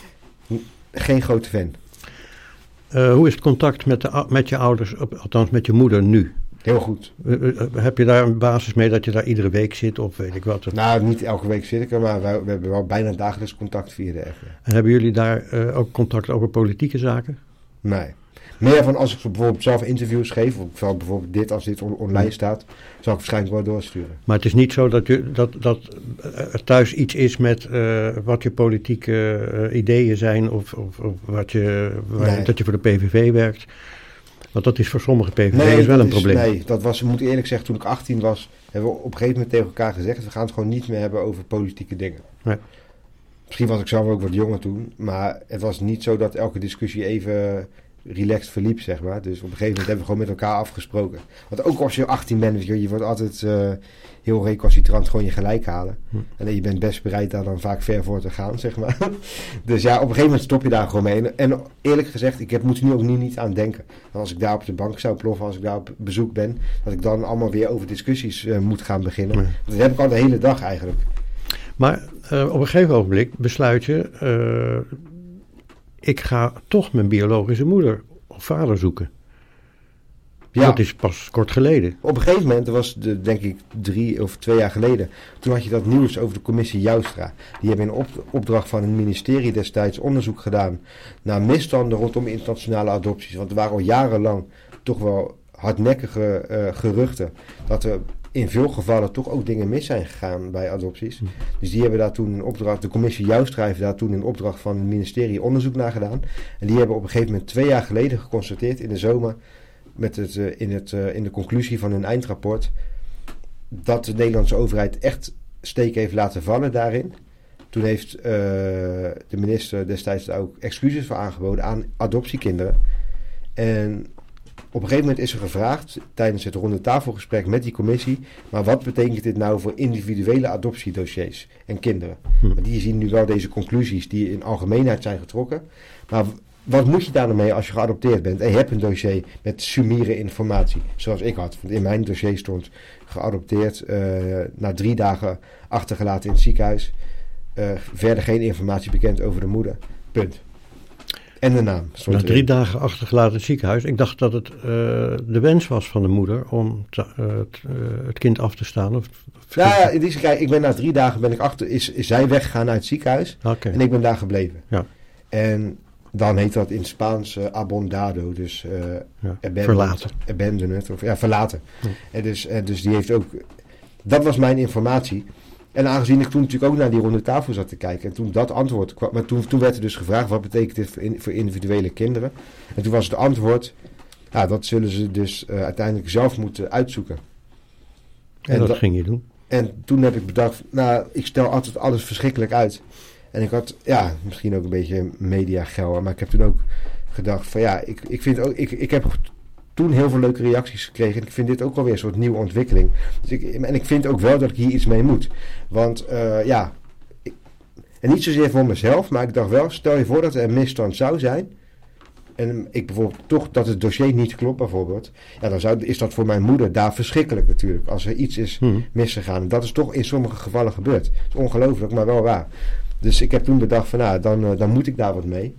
Geen grote fan. Uh, hoe is het contact met, de, met je ouders, althans met je moeder nu? Heel goed. Uh, uh, heb je daar een basis mee dat je daar iedere week zit of weet ik wat? Nou, niet elke week zit ik er, maar wij, we hebben wel bijna dagelijks contact via de F. En hebben jullie daar uh, ook contact over politieke zaken? Nee. Meer van als ik bijvoorbeeld zelf interviews geef, of bijvoorbeeld dit, als dit on- online staat, zal ik waarschijnlijk wel doorsturen. Maar het is niet zo dat, je, dat, dat er thuis iets is met uh, wat je politieke uh, ideeën zijn of, of, of wat je, waar, nee. dat je voor de P V V werkt. Want dat is voor sommige P V V'ers nee, wel een is, probleem. Nee, dat was, ik moet eerlijk zeggen, toen ik achttien was, hebben we op een gegeven moment tegen elkaar gezegd, we gaan het gewoon niet meer hebben over politieke dingen. Nee. Misschien was ik zelf ook wat jonger toen, maar het was niet zo dat elke discussie even... relaxed verliep, zeg maar. Dus op een gegeven moment hebben we gewoon met elkaar afgesproken. Want ook als je achttien bent, je wordt altijd uh, heel recalcitrant gewoon je gelijk halen. Hm. En je bent best bereid daar dan vaak ver voor te gaan, zeg maar. Dus ja, op een gegeven moment stop je daar gewoon mee. En, en eerlijk gezegd, ik heb, moet er nu ook niet, niet aan denken. En als ik daar op de bank zou ploffen, als ik daar op bezoek ben, dat ik dan allemaal weer over discussies uh, moet gaan beginnen. Hm. Dat heb ik al de hele dag eigenlijk. Maar uh, op een gegeven ogenblik besluit je... Uh, ik ga toch mijn biologische moeder of vader zoeken. Ja. Dat is pas kort geleden. Op een gegeven moment, dat was de, denk ik drie of twee jaar geleden, toen had je dat nieuws over de commissie Joustra. Die hebben in op, opdracht van het ministerie destijds onderzoek gedaan naar misstanden rondom internationale adopties. Want er waren al jarenlang toch wel hardnekkige uh, geruchten dat er in veel gevallen toch ook dingen mis zijn gegaan bij adopties. Hm. Dus die hebben daar toen in opdracht, de commissie Joustra heeft daar toen in opdracht van het ministerie onderzoek naar gedaan. En die hebben op een gegeven moment twee jaar geleden geconstateerd in de zomer, met het, uh, in, het, uh, in de conclusie van hun eindrapport, dat de Nederlandse overheid echt steken heeft laten vallen daarin. Toen heeft uh, de minister destijds daar ook excuses voor aangeboden aan adoptiekinderen. En op een gegeven moment is er gevraagd tijdens het rondetafelgesprek met die commissie, maar wat betekent dit nou voor individuele adoptiedossiers en kinderen? Hm. Maar die zien nu wel deze conclusies die in algemeenheid zijn getrokken. Maar wat moet je daar nou mee als je geadopteerd bent en je hebt een dossier met summiere informatie, zoals ik had? Want in mijn dossier stond geadopteerd, uh, na drie dagen achtergelaten in het ziekenhuis, uh, verder geen informatie bekend over de moeder. Punt. En de naam. Na drie erin. dagen achtergelaten in het ziekenhuis. Ik dacht dat het uh, de wens was van de moeder om te, uh, t, uh, het kind af te staan. Of, of ja, ja het is, kijk, ik ben na drie dagen ben ik achter, is, is zij weggegaan uit het ziekenhuis. Okay. En ik ben daar gebleven. Ja. En dan heet dat in Spaans uh, abondado. Dus uh, ja, verlaten. Abandoned. Of, ja, verlaten. Ja. En dus, en dus die heeft ook... Dat was mijn informatie. En aangezien ik toen natuurlijk ook naar die ronde tafel zat te kijken. En toen dat antwoord kwam. Maar toen, toen werd er dus gevraagd. Wat betekent dit voor, in, voor individuele kinderen? En toen was het antwoord. Ja, dat zullen ze dus uh, uiteindelijk zelf moeten uitzoeken. En, en dat, dat ging je doen? En toen heb ik bedacht. Nou, ik stel altijd alles verschrikkelijk uit. En ik had, ja, misschien ook een beetje mediagel. Maar ik heb toen ook gedacht van ja, ik, ik vind ook. Ik, ik heb toen heel veel leuke reacties gekregen. En ik vind dit ook alweer een soort nieuwe ontwikkeling. Dus ik, en ik vind ook wel dat ik hier iets mee moet. Want uh, ja, ik, en niet zozeer voor mezelf, maar ik dacht wel, stel je voor dat er een misstand zou zijn. En ik bijvoorbeeld toch dat het dossier niet klopt bijvoorbeeld. Ja, dan zou, is dat voor mijn moeder daar verschrikkelijk natuurlijk. Als er iets is hmm. misgegaan. En dat is toch in sommige gevallen gebeurd. Het is ongelooflijk, maar wel waar. Dus ik heb toen bedacht van nou, dan, uh, dan moet ik daar wat mee.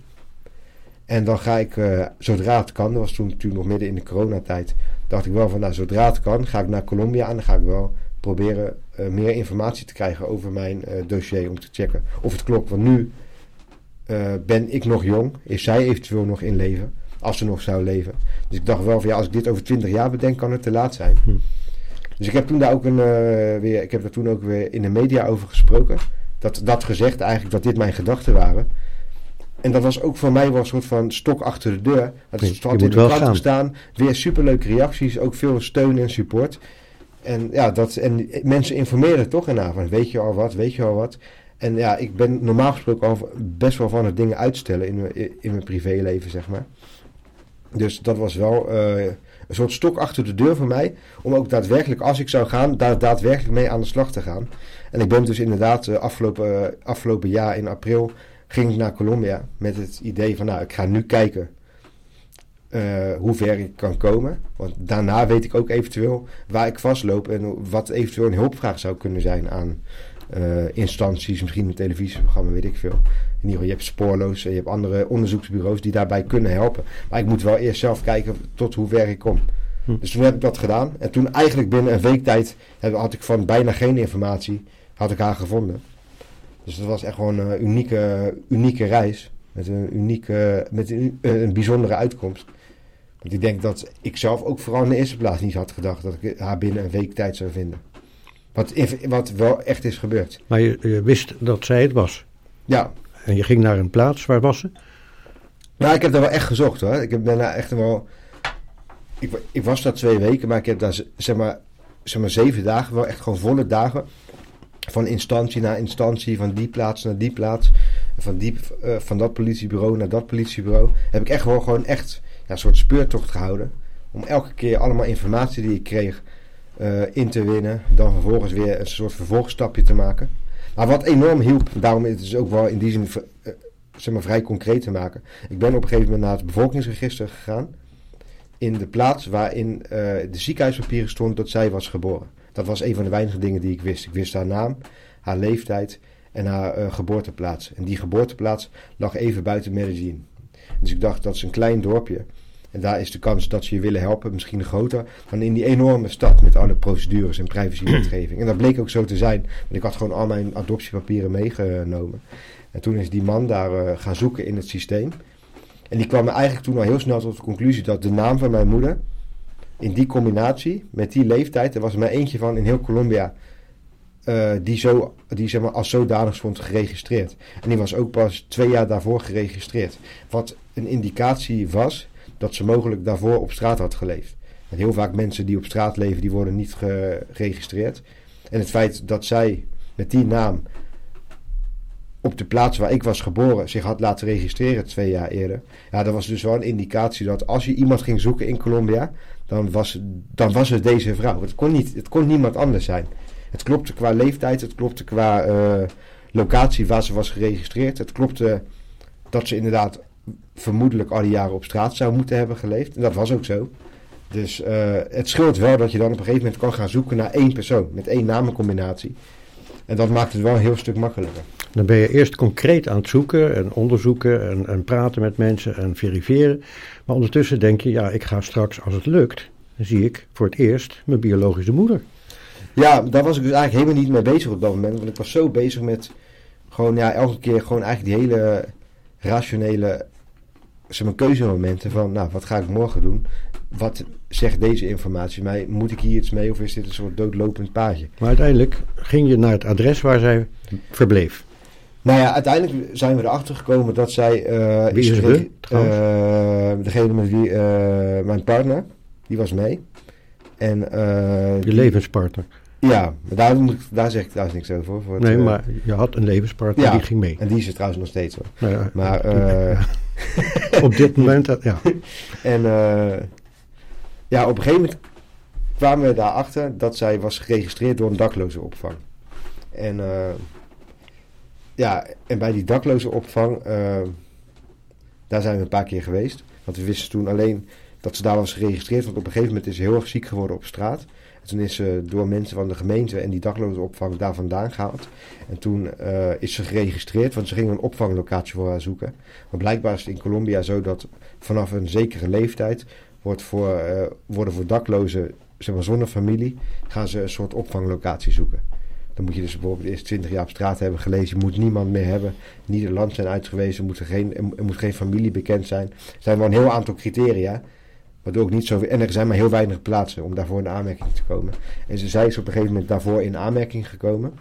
En dan ga ik, uh, zodra het kan, dat was toen natuurlijk nog midden in de coronatijd, dacht ik wel van nou, zodra het kan, ga ik naar Colombia en dan ga ik wel proberen uh, meer informatie te krijgen over mijn uh, dossier om te checken of het klopt. Want nu uh, ben ik nog jong, is zij eventueel nog in leven, als ze nog zou leven. Dus ik dacht wel van ja, als ik dit over twintig jaar bedenk, kan het te laat zijn. Hm. Dus ik heb toen daar ook een, uh, weer, ik heb daar toen ook weer in de media over gesproken. Dat, dat gezegd eigenlijk, dat dit mijn gedachten waren. En dat was ook voor mij wel een soort van stok achter de deur. Dat nee, had in de krant gestaan. Weer superleuke reacties, ook veel steun en support. En ja, dat, en mensen informeren toch ernaar van weet je al wat, weet je al wat. En ja, ik ben normaal gesproken al best wel van het dingen uitstellen in mijn, in mijn privéleven, zeg maar. Dus dat was wel uh, een soort stok achter de deur voor mij. Om ook daadwerkelijk, als ik zou gaan, daar daadwerkelijk mee aan de slag te gaan. En ik ben dus inderdaad uh, afgelopen, uh, afgelopen jaar in april ging ik naar Colombia met het idee van nou, ik ga nu kijken uh, hoe ver ik kan komen. Want daarna weet ik ook eventueel waar ik vastloop en wat eventueel een hulpvraag zou kunnen zijn aan uh, instanties, misschien een televisieprogramma, weet ik veel. In ieder geval, je hebt Spoorloos en je hebt andere onderzoeksbureaus die daarbij kunnen helpen. Maar ik moet wel eerst zelf kijken tot hoe ver ik kom. Hm. Dus toen heb ik dat gedaan. En toen eigenlijk binnen een week tijd had ik van bijna geen informatie, had ik haar gevonden. Dus dat was echt gewoon een unieke, unieke reis. Met een unieke, met een, een bijzondere uitkomst. Want ik denk dat ik zelf ook vooral in de eerste plaats niet had gedacht dat ik haar binnen een week tijd zou vinden. Wat, wat wel echt is gebeurd. Maar je, je wist dat zij het was? Ja. En je ging naar een plaats, waar was ze? Nou, ik heb daar wel echt gezocht hoor. Ik heb daarna echt wel... Ik, ik was daar twee weken, maar ik heb daar zeg maar, zeg maar zeven dagen, wel echt gewoon volle dagen. Van instantie naar instantie, van die plaats naar die plaats. Van, die, uh, van dat politiebureau naar dat politiebureau. Heb ik echt wel gewoon echt ja, een soort speurtocht gehouden. Om elke keer allemaal informatie die ik kreeg uh, in te winnen. Dan vervolgens weer een soort vervolgstapje te maken. Maar wat enorm hielp, daarom is het ook wel in die zin uh, zeg maar vrij concreet te maken. Ik ben op een gegeven moment naar het bevolkingsregister gegaan. In de plaats waarin uh, de ziekenhuispapieren stond dat zij was geboren. Dat was een van de weinige dingen die ik wist. Ik wist haar naam, haar leeftijd en haar uh, geboorteplaats. En die geboorteplaats lag even buiten Medellin. Dus ik dacht, dat is een klein dorpje. En daar is de kans dat ze je willen helpen misschien groter dan in die enorme stad met alle procedures en privacywetgeving. En dat bleek ook zo te zijn, want ik had gewoon al mijn adoptiepapieren meegenomen. En toen is die man daar uh, gaan zoeken in het systeem. En die kwam eigenlijk toen al heel snel tot de conclusie dat de naam van mijn moeder, in die combinatie, met die leeftijd, er was er maar eentje van in heel Colombia, uh, die, zo, die zeg maar, als zodanig stond geregistreerd. En die was ook pas twee jaar daarvoor geregistreerd. Wat een indicatie was dat ze mogelijk daarvoor op straat had geleefd. Want heel vaak mensen die op straat leven, die worden niet geregistreerd. En het feit dat zij met die naam op de plaats waar ik was geboren zich had laten registreren twee jaar eerder. Ja, dat was dus wel een indicatie dat als je iemand ging zoeken in Colombia, dan was, dan was het deze vrouw. Het kon, niet, het kon niemand anders zijn. Het klopte qua leeftijd, het klopte qua uh, locatie waar ze was geregistreerd. Het klopte dat ze inderdaad vermoedelijk al die jaren op straat zou moeten hebben geleefd. En dat was ook zo. Dus uh, het scheelt wel dat je dan op een gegeven moment kan gaan zoeken naar één persoon met één namencombinatie. En dat maakt het wel een heel stuk makkelijker. Dan ben je eerst concreet aan het zoeken en onderzoeken en, en praten met mensen en verifiëren. Maar ondertussen denk je, ja, ik ga straks, als het lukt, dan zie ik voor het eerst mijn biologische moeder. Ja, daar was ik dus eigenlijk helemaal niet mee bezig op dat moment. Want ik was zo bezig met gewoon, ja, elke keer gewoon eigenlijk die hele rationele, zeg maar, keuzemomenten van, nou, wat ga ik morgen doen? Wat zegt deze informatie mij? Moet ik hier iets mee of is dit een soort doodlopend paadje? Maar uiteindelijk ging je naar het adres waar zij verbleef. Nou ja, uiteindelijk zijn we erachter gekomen dat zij... Uh, wie is, is we, uh, degene met wie... Uh, mijn partner, die was mee. En, uh, je die, levenspartner. Ja, maar daar, moet ik, daar zeg ik trouwens niks over. Voor het, nee, uh, maar je had een levenspartner, ja, die ging mee. En die is er trouwens nog steeds hoor. Nou ja, maar... Uh, op dit moment, ja. En uh, ja, op een gegeven moment kwamen we daarachter dat zij was geregistreerd door een daklozenopvang. En... Uh, Ja, en bij die daklozenopvang, uh, daar zijn we een paar keer geweest. Want we wisten toen alleen dat ze daar was geregistreerd. Want op een gegeven moment is ze heel erg ziek geworden op straat. En toen is ze door mensen van de gemeente en die daklozenopvang daar vandaan gehaald. En toen uh, is ze geregistreerd, want ze ging een opvanglocatie voor haar zoeken. Want blijkbaar is het in Colombia zo dat vanaf een zekere leeftijd wordt voor, uh, worden voor daklozen, zeg maar zonder familie, gaan ze een soort opvanglocatie zoeken. Dan moet je dus bijvoorbeeld eerst twintig jaar op straat hebben gelezen. Je moet niemand meer hebben. Niet het land zijn uitgewezen. Moet er, geen, er moet geen familie bekend zijn. Er zijn wel een heel aantal criteria. Waardoor ook niet zo. En er zijn maar heel weinig plaatsen om daarvoor in aanmerking te komen. En ze zij is op een gegeven moment daarvoor in aanmerking gekomen.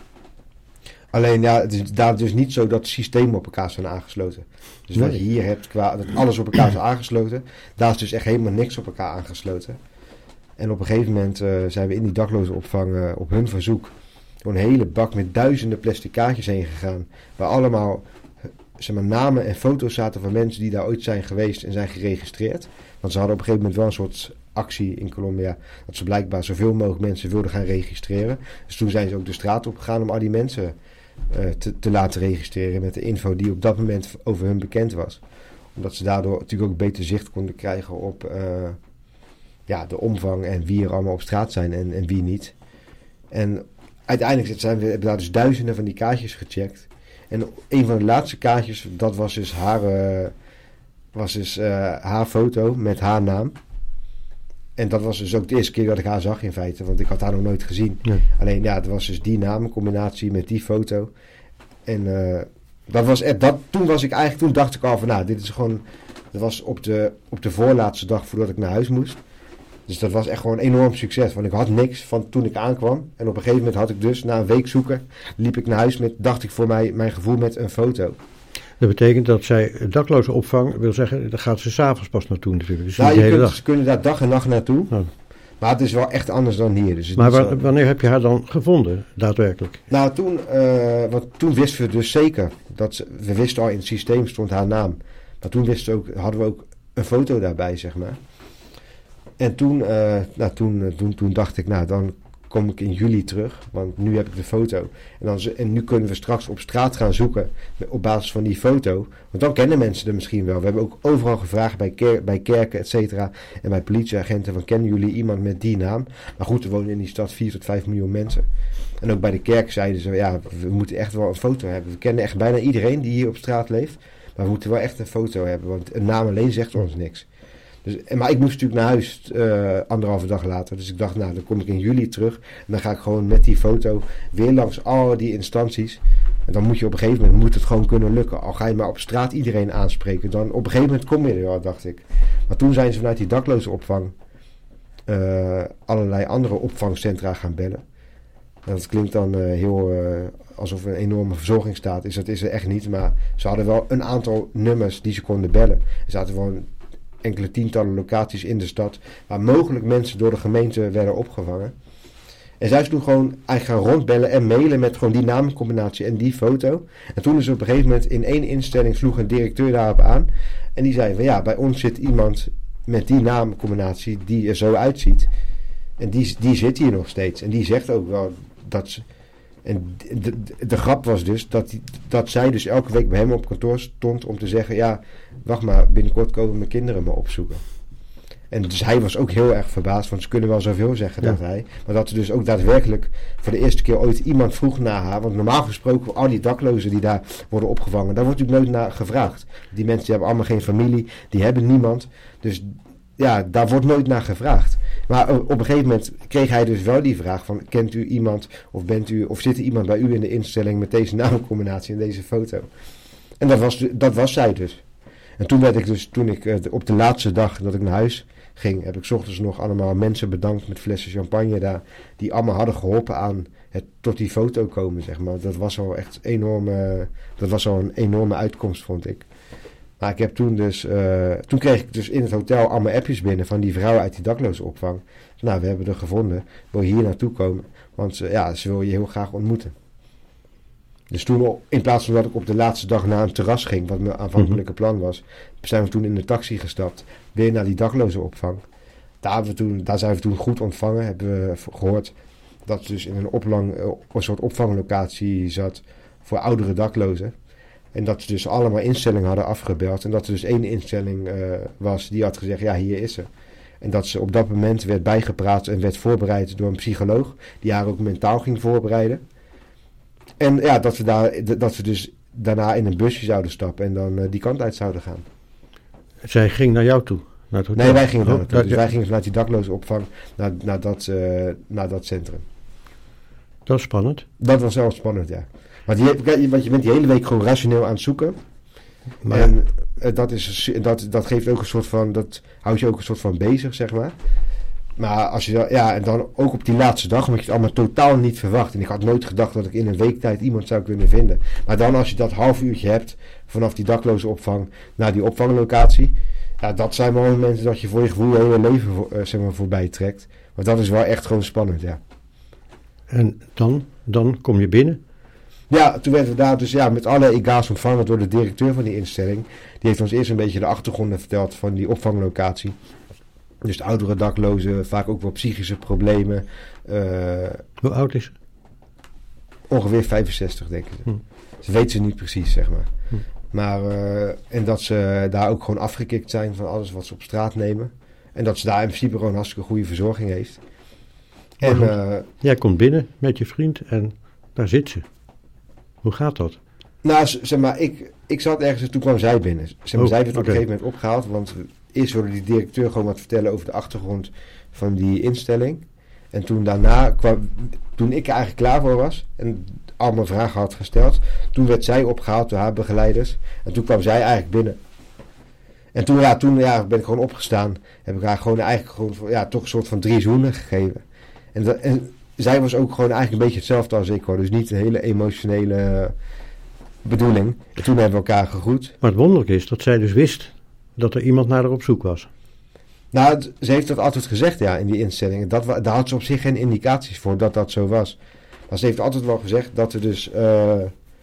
Alleen ja, het is daar dus niet zo dat systemen op elkaar zijn aangesloten. Dus nee. Wat je hier hebt, qua dat alles op elkaar is aangesloten. Daar is dus echt helemaal niks op elkaar aangesloten. En op een gegeven moment uh, zijn we in die daklozenopvang uh, op hun verzoek door een hele bak met duizenden plastic kaartjes heen gegaan. Waar allemaal zeg maar, namen en foto's zaten van mensen die daar ooit zijn geweest en zijn geregistreerd. Want ze hadden op een gegeven moment wel een soort actie in Colombia. Dat ze blijkbaar zoveel mogelijk mensen wilden gaan registreren. Dus toen zijn ze ook de straat op gegaan om al die mensen uh, te, te laten registreren. Met de info die op dat moment over hun bekend was. Omdat ze daardoor natuurlijk ook beter zicht konden krijgen op uh, ja, de omvang en wie er allemaal op straat zijn en, en wie niet. En uiteindelijk zijn we, hebben daar dus duizenden van die kaartjes gecheckt. En een van de laatste kaartjes, dat was dus haar, uh, was dus, uh, haar foto met haar naam. En dat was dus ook de eerste keer dat ik haar zag in feite. Want ik had haar nog nooit gezien. Ja. Alleen ja, het was dus die naam in combinatie met die foto. En uh, dat was, dat, toen was ik eigenlijk, toen dacht ik al van nou, dit is gewoon... Dat was op de, op de voorlaatste dag voordat ik naar huis moest. Dus dat was echt gewoon een enorm succes. Want ik had niks van toen ik aankwam. En op een gegeven moment had ik dus, na een week zoeken, liep ik naar huis met, dacht ik voor mij, mijn gevoel met een foto. Dat betekent dat zij dakloze opvang wil zeggen, daar gaat ze 's avonds pas naartoe natuurlijk. Dus nou, de je hele kunt, dag. Ze kunnen daar dag en nacht naartoe. Oh. Maar het is wel echt anders dan hier. Dus het maar wa- zo... wanneer heb je haar dan gevonden, daadwerkelijk? Nou, toen, uh, want toen wisten we dus zeker, dat ze, we wisten al in het systeem stond haar naam. Maar toen wisten we ook, hadden we ook een foto daarbij, zeg maar. En toen, uh, nou, toen, uh, toen, toen dacht ik, nou, dan kom ik in juli terug. Want nu heb ik de foto. En, dan, en nu kunnen we straks op straat gaan zoeken op basis van die foto. Want dan kennen mensen er misschien wel. We hebben ook overal gevraagd bij, ker- bij kerken, et cetera. En bij politieagenten van, kennen jullie iemand met die naam? Maar goed, er wonen in die stad vier tot vijf miljoen mensen. En ook bij de kerk zeiden ze, ja, we moeten echt wel een foto hebben. We kennen echt bijna iedereen die hier op straat leeft. Maar we moeten wel echt een foto hebben. Want een naam alleen zegt ons niks. Dus, maar ik moest natuurlijk naar huis uh, anderhalve dag later. Dus ik dacht, nou, dan kom ik in juli terug. En dan ga ik gewoon met die foto weer langs al die instanties. En dan moet je op een gegeven moment moet het gewoon kunnen lukken. Al ga je maar op straat iedereen aanspreken. Dan op een gegeven moment kom je er wel, dacht ik. Maar toen zijn ze vanuit die daklozenopvang uh, allerlei andere opvangcentra gaan bellen. En dat klinkt dan uh, heel uh, alsof er een enorme verzorging staat. Is dat is er echt niet. Maar ze hadden wel een aantal nummers die ze konden bellen. Er zaten gewoon enkele tientallen locaties in de stad waar mogelijk mensen door de gemeente werden opgevangen. En zij zijn toen gewoon eigenlijk gaan rondbellen en mailen met gewoon die namencombinatie en die foto. En toen is op een gegeven moment in één instelling sloeg een directeur daarop aan. En die zei van ja, bij ons zit iemand met die namencombinatie die er zo uitziet. En die, die zit hier nog steeds. En die zegt ook wel dat ze... En de, de, de grap was dus dat, die, dat zij dus elke week bij hem op kantoor stond om te zeggen... ja, wacht maar, binnenkort komen mijn kinderen me opzoeken. En dus hij was ook heel erg verbaasd, want ze kunnen wel zoveel zeggen, dacht ja. hij. Maar dat er dus ook daadwerkelijk voor de eerste keer ooit iemand vroeg naar haar. Want normaal gesproken, al die daklozen die daar worden opgevangen, daar wordt natuurlijk nooit naar gevraagd. Die mensen die hebben allemaal geen familie, die hebben niemand. Dus ja, daar wordt nooit naar gevraagd. Maar op een gegeven moment kreeg hij dus wel die vraag van... kent u iemand of bent u of zit er iemand bij u in de instelling met deze naamcombinatie en deze foto? En dat was, dat was zij dus. En toen werd ik dus, toen ik op de laatste dag dat ik naar huis ging... heb ik 's ochtends nog allemaal mensen bedankt met flessen champagne daar... die allemaal hadden geholpen aan het tot die foto komen, zeg maar. Dat was al echt enorme, dat was al een enorme uitkomst, vond ik. Maar ik heb toen dus... Uh, toen kreeg ik dus in het hotel allemaal appjes binnen... van die vrouw uit die daklozenopvang. Nou, we hebben er gevonden. Wil je hier naartoe komen? Want uh, ja, ze wil je heel graag ontmoeten. Dus toen, in plaats van dat ik op de laatste dag naar een terras ging... wat mijn aanvankelijke plan was... zijn we toen in de taxi gestapt. Weer naar die daklozenopvang. Daar, hebben we toen, daar zijn we toen goed ontvangen. Hebben we gehoord dat ze dus in een, oplang, een soort opvanglocatie zat... voor oudere daklozen. En dat ze dus allemaal instellingen hadden afgebeld. En dat er dus één instelling uh, was die had gezegd, ja, hier is ze. En dat ze op dat moment werd bijgepraat en werd voorbereid door een psycholoog. Die haar ook mentaal ging voorbereiden. En ja, dat we, daar, dat we dus daarna in een busje zouden stappen en dan uh, die kant uit zouden gaan. Zij ging naar jou toe? Naar het hotel? Nee, wij gingen daar naartoe. Oh, dus ja. Wij gingen vanuit die daklozenopvang naar, naar, dat, uh, naar dat centrum. Dat is spannend. Dat was wel spannend, ja. Want je, want je bent die hele week gewoon rationeel aan het zoeken. Maar en uh, dat, is, dat, dat geeft ook een soort van... Dat houdt je ook een soort van bezig, zeg maar. Maar als je... Ja, en dan ook op die laatste dag... omdat je het allemaal totaal niet verwacht. En ik had nooit gedacht dat ik in een week tijd iemand zou kunnen vinden. Maar dan als je dat half uurtje hebt... vanaf die daklozenopvang naar die opvanglocatie... Ja, dat zijn wel momenten dat je voor je gevoel je hele leven voor, uh, zeg maar, voorbij trekt. Want dat is wel echt gewoon spannend, ja. En dan? Dan kom je binnen... Ja, toen werden we daar dus ja, met alle ega's ontvangen door de directeur van die instelling. Die heeft ons eerst een beetje de achtergronden verteld van die opvanglocatie. Dus de oudere daklozen, vaak ook wel psychische problemen. Uh, Hoe oud is ze? Ongeveer vijfenzestig, denk ik. Hm. Ze weet ze niet precies, zeg maar. Hm. Maar uh, en dat ze daar ook gewoon afgekikt zijn van alles wat ze op straat nemen. En dat ze daar in principe gewoon hartstikke goede verzorging heeft. En, uh, jij komt binnen met je vriend en daar zit ze. Hoe gaat dat? Nou, zeg maar, ik, ik zat ergens en toen kwam zij binnen. Zeg maar, oh, zij werd op okay. een gegeven moment opgehaald, want eerst wilde die directeur gewoon wat vertellen over de achtergrond van die instelling. En toen daarna, kwam, toen ik er eigenlijk klaar voor was en allemaal vragen had gesteld, toen werd zij opgehaald door haar begeleiders. En toen kwam zij eigenlijk binnen. En toen, ja, toen ja, ben ik gewoon opgestaan. Heb ik haar gewoon eigenlijk gewoon, ja, toch een soort van drie zoenen gegeven. En, dat, en zij was ook gewoon eigenlijk een beetje hetzelfde als ik hoor. Dus niet een hele emotionele bedoeling. En toen hebben we elkaar gegroet. Maar het wonderlijke is dat zij dus wist dat er iemand naar haar op zoek was. Nou, het, ze heeft dat altijd gezegd, ja, in die instellingen. Dat, daar had ze op zich geen indicaties voor dat dat zo was. Maar ze heeft altijd wel gezegd dat er dus... Uh,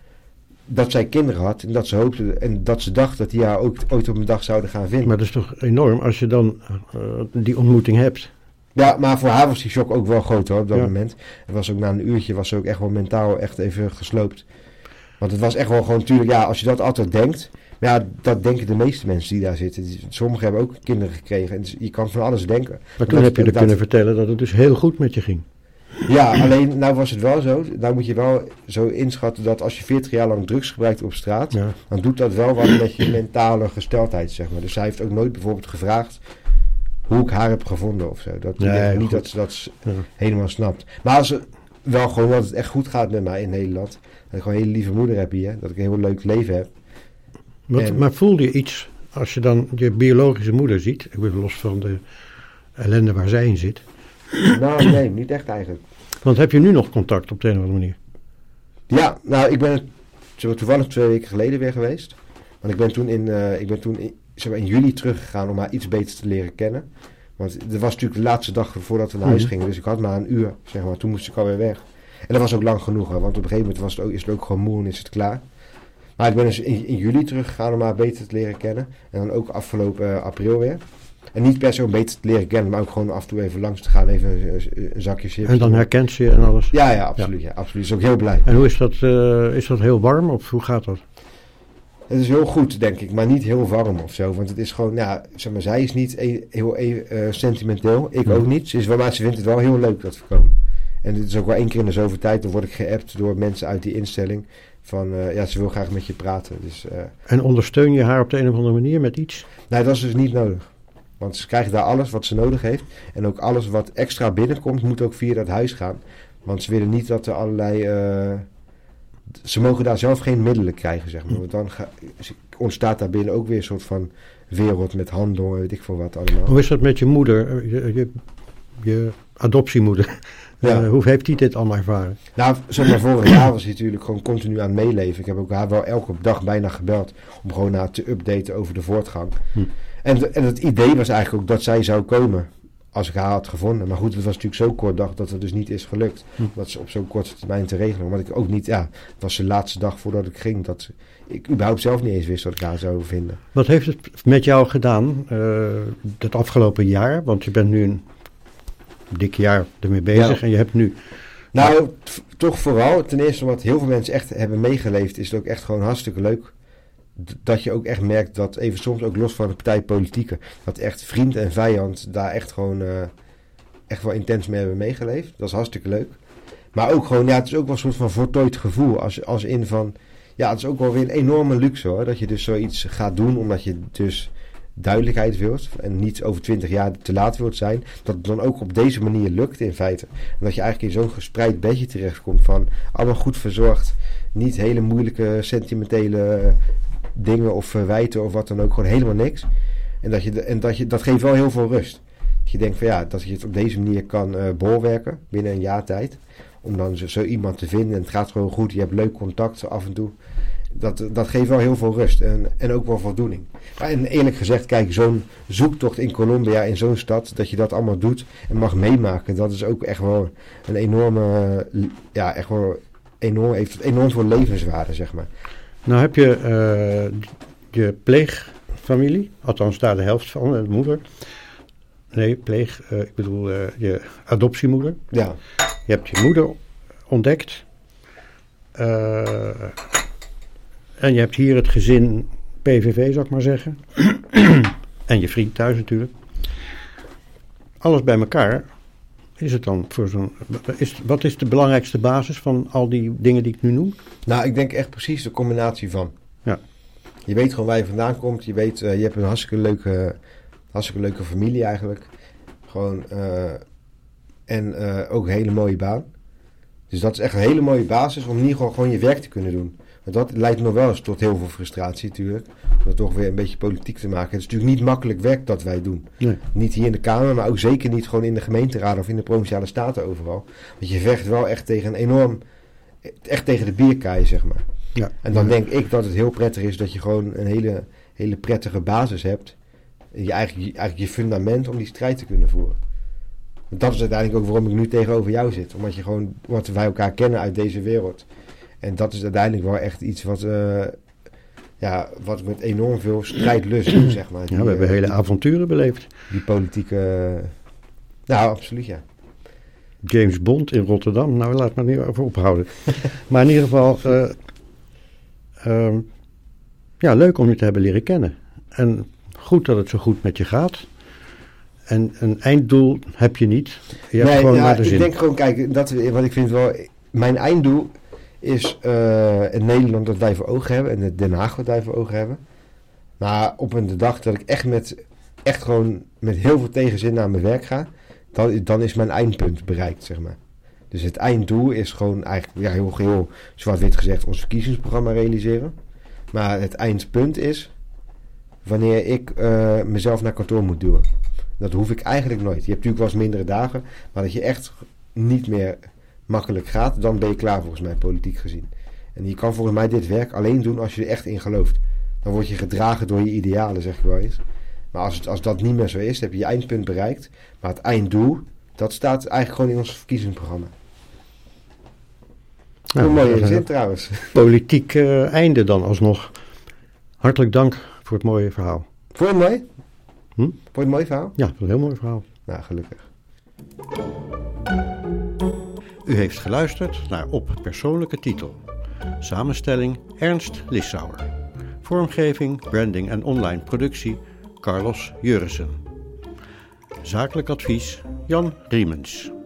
dat zij kinderen had en dat ze hoopte en dat ze dacht dat die haar ook ooit op een dag zouden gaan vinden. Maar dat is toch enorm als je dan uh, die ontmoeting hebt. Ja, maar voor haar was die shock ook wel groot hoor, op dat ja. moment. Het was ook na een uurtje, was ze ook echt wel mentaal echt even gesloopt. Want het was echt wel gewoon, natuurlijk, ja, als je dat altijd denkt. Maar ja, dat denken de meeste mensen die daar zitten. Sommigen hebben ook kinderen gekregen en je kan van alles denken. Maar toen heb je er kunnen vertellen dat het dus heel goed met je ging. Ja, alleen nou was het wel zo. Nou moet je wel zo inschatten dat als je veertig jaar lang drugs gebruikt op straat, ja. dan doet dat wel wat met je mentale gesteldheid, zeg maar. Dus zij heeft ook nooit bijvoorbeeld gevraagd hoe ik haar heb gevonden of zo. Dat, Nee, ik denk goed. niet dat ze dat s- Ja. helemaal snapt. Maar als ze wel gewoon dat het echt goed gaat met mij in Nederland. Dat ik gewoon een hele lieve moeder heb hier. Dat ik een heel leuk leven heb. Wat, En- Maar voelde je iets als je dan je biologische moeder ziet? Ik bedoel, los van de ellende waar zij in zit. Nou, nee, niet echt eigenlijk. Want heb je nu nog contact op de een of andere manier? Ja, nou, ik ben zo toevallig twee weken geleden weer geweest. Want ik ben toen in, uh, ik ben toen in, zeg maar in juli teruggegaan om haar iets beter te leren kennen. Want het was natuurlijk de laatste dag voordat we naar huis Mhm. gingen. Dus ik had maar een uur, zeg maar. Toen moest ik alweer weg. En dat was ook lang genoeg, hè, want op een gegeven moment was het ook, is het ook gewoon moe en is het klaar. Maar ik ben dus in, in juli teruggegaan om haar beter te leren kennen. En dan ook afgelopen uh, april weer. En niet per se om beter te leren kennen, maar ook gewoon af en toe even langs te gaan. Even een, een, een zakje chips. En dan herkent ze je en alles? Ja, ja, absoluut. Ja. Ja, absoluut. Is ook heel blij. En hoe is dat? Uh, is dat heel warm of hoe gaat dat? Het is heel goed, denk ik, maar niet heel warm of zo. Want het is gewoon, ja, zeg maar, zij is niet e- heel e- uh, sentimenteel. Ik Ja. ook niet. Ze is wel, maar ze vindt het wel heel leuk dat we komen. En het is ook wel één keer in de zoveel tijd, dan word ik geappt door mensen uit die instelling. Van, uh, ja, ze wil graag met je praten. Dus, uh, En ondersteun je haar op de een of andere manier met iets? nou, dat is dus niet nodig. Want ze krijgt daar alles wat ze nodig heeft. En ook alles wat extra binnenkomt, moet ook via dat huis gaan. Want ze willen niet dat er allerlei... Uh, ze mogen daar zelf geen middelen krijgen, zeg maar. Want dan ga, ontstaat daar binnen ook weer een soort van wereld met handel en weet ik veel wat allemaal. Hoe is dat met je moeder, je, je, je adoptiemoeder? Ja. Uh, hoe heeft die dit allemaal ervaren? Nou, zeg maar, vorig jaar was hij natuurlijk gewoon continu aan het meeleven. Ik heb ook haar wel elke dag bijna gebeld om gewoon haar te updaten over de voortgang. Hm. En, en het idee was eigenlijk ook dat zij zou komen als ik haar had gevonden. Maar goed, het was natuurlijk zo kort dag dat het dus niet is gelukt. Hm. Dat ze op zo'n korte termijn te regelen. Want ik ook niet, ja, het was de laatste dag voordat ik ging. Dat ze, ik überhaupt zelf niet eens wist wat ik haar zou vinden. Wat heeft het met jou gedaan uh, het afgelopen jaar? Want je bent nu een dik jaar ermee bezig ja. En je hebt nu... Nou, t- toch vooral, ten eerste omdat heel veel mensen echt hebben meegeleefd, is het ook echt gewoon hartstikke leuk. D- dat je ook echt merkt dat, even soms ook los van de partijpolitieke, dat echt vriend en vijand daar echt gewoon uh, echt wel intens mee hebben meegeleefd. Dat is hartstikke leuk. Maar ook gewoon, ja, het is ook wel een soort van voltooid gevoel. Als, als in van, ja, het is ook wel weer een enorme luxe hoor. Dat je dus zoiets gaat doen, omdat je dus duidelijkheid wilt en niet over twintig jaar te laat wilt zijn, dat het dan ook op deze manier lukt in feite. En dat je eigenlijk in zo'n gespreid bedje terechtkomt van allemaal goed verzorgd, niet hele moeilijke sentimentele dingen of verwijten of wat dan ook, gewoon helemaal niks. En dat, je, en dat, je, dat geeft wel heel veel rust. Dat je denkt van ja, dat je het op deze manier kan uh, bolwerken binnen een jaar tijd, om dan zo, zo iemand te vinden en het gaat gewoon goed, je hebt leuk contact af en toe. Dat, dat geeft wel heel veel rust en, en ook wel voldoening. En eerlijk gezegd, kijk, zo'n zoektocht in Colombia, in zo'n stad, dat je dat allemaal doet en mag meemaken, dat is ook echt wel een enorme, ja, echt wel enorm, heeft enorm veel levenswaarde, zeg maar. Nou heb je uh, je pleegfamilie, althans daar de helft van, de moeder. Nee, pleeg, uh, ik bedoel uh, je adoptiemoeder. Ja. Je hebt je moeder ontdekt. Uh, En je hebt hier het gezin P V V, zou ik maar zeggen. En je vriend thuis natuurlijk. Alles bij elkaar. Is het dan voor zo'n... Is, wat is de belangrijkste basis van al die dingen die ik nu noem? Nou, ik denk echt precies de combinatie van. Ja. Je weet gewoon waar je vandaan komt. Je weet, uh, je hebt een hartstikke leuke, hartstikke leuke familie eigenlijk. Gewoon... Uh, en uh, ook een hele mooie baan. Dus dat is echt een hele mooie basis om in ieder geval gewoon je werk te kunnen doen. Dat leidt nog wel eens tot heel veel frustratie natuurlijk. Om het toch weer een beetje politiek te maken. Het is natuurlijk niet makkelijk werk dat wij doen. Nee. Niet hier in de Kamer, maar ook zeker niet gewoon in de gemeenteraden of in de Provinciale Staten overal. Want je vecht wel echt tegen een enorm... Echt tegen de bierkaai, zeg maar. Ja. En dan ja. denk ik dat het heel prettig is dat je gewoon een hele, hele prettige basis hebt. Je eigenlijk, eigenlijk je fundament om die strijd te kunnen voeren. Want dat is uiteindelijk ook waarom ik nu tegenover jou zit. Omdat je gewoon, wat wij elkaar kennen uit deze wereld. En dat is uiteindelijk wel echt iets wat, uh, ja, wat met enorm veel strijdlust doet, zeg maar. Die, ja, we hebben uh, hele avonturen beleefd. Die politieke... Uh, nou, absoluut, ja. James Bond in Rotterdam. Nou, laat maar niet over ophouden. Maar in ieder geval... Uh, uh, ja, leuk om je te hebben leren kennen. En goed dat het zo goed met je gaat. En een einddoel heb je niet. Je hebt nee, gewoon ja, maar de ik zin. denk gewoon, kijk, dat, wat ik vind wel... Mijn einddoel is uh, het Nederland dat wij voor ogen hebben en het Den Haag wat wij voor ogen hebben. Maar op een de dag dat ik echt met echt gewoon met heel veel tegenzin naar mijn werk ga, dan, dan is mijn eindpunt bereikt, zeg maar. Dus het einddoel is gewoon eigenlijk, ja, heel, heel zwart-wit gezegd, ons verkiezingsprogramma realiseren. Maar het eindpunt is wanneer ik uh, mezelf naar kantoor moet duwen. Dat hoef ik eigenlijk nooit. Je hebt natuurlijk wel eens mindere dagen, maar dat je echt niet meer makkelijk gaat, dan ben je klaar volgens mij politiek gezien. En je kan volgens mij dit werk alleen doen als je er echt in gelooft. Dan word je gedragen door je idealen, zeg ik wel eens. Maar als, het, als dat niet meer zo is, dan heb je je eindpunt bereikt. Maar het einddoel, dat staat eigenlijk gewoon in ons verkiezingsprogramma. Ja, een mooie zin trouwens. Politiek uh, einde dan alsnog. Hartelijk dank voor het mooie verhaal. Vond je het mooi? Hm? Vond je het mooi verhaal? Ja, een heel mooi verhaal. Nou, gelukkig. U heeft geluisterd naar Op Persoonlijke Titel. Samenstelling Ernst Lissauer. Vormgeving, branding en online productie Carlos Jurissen. Zakelijk advies Jan Riemens.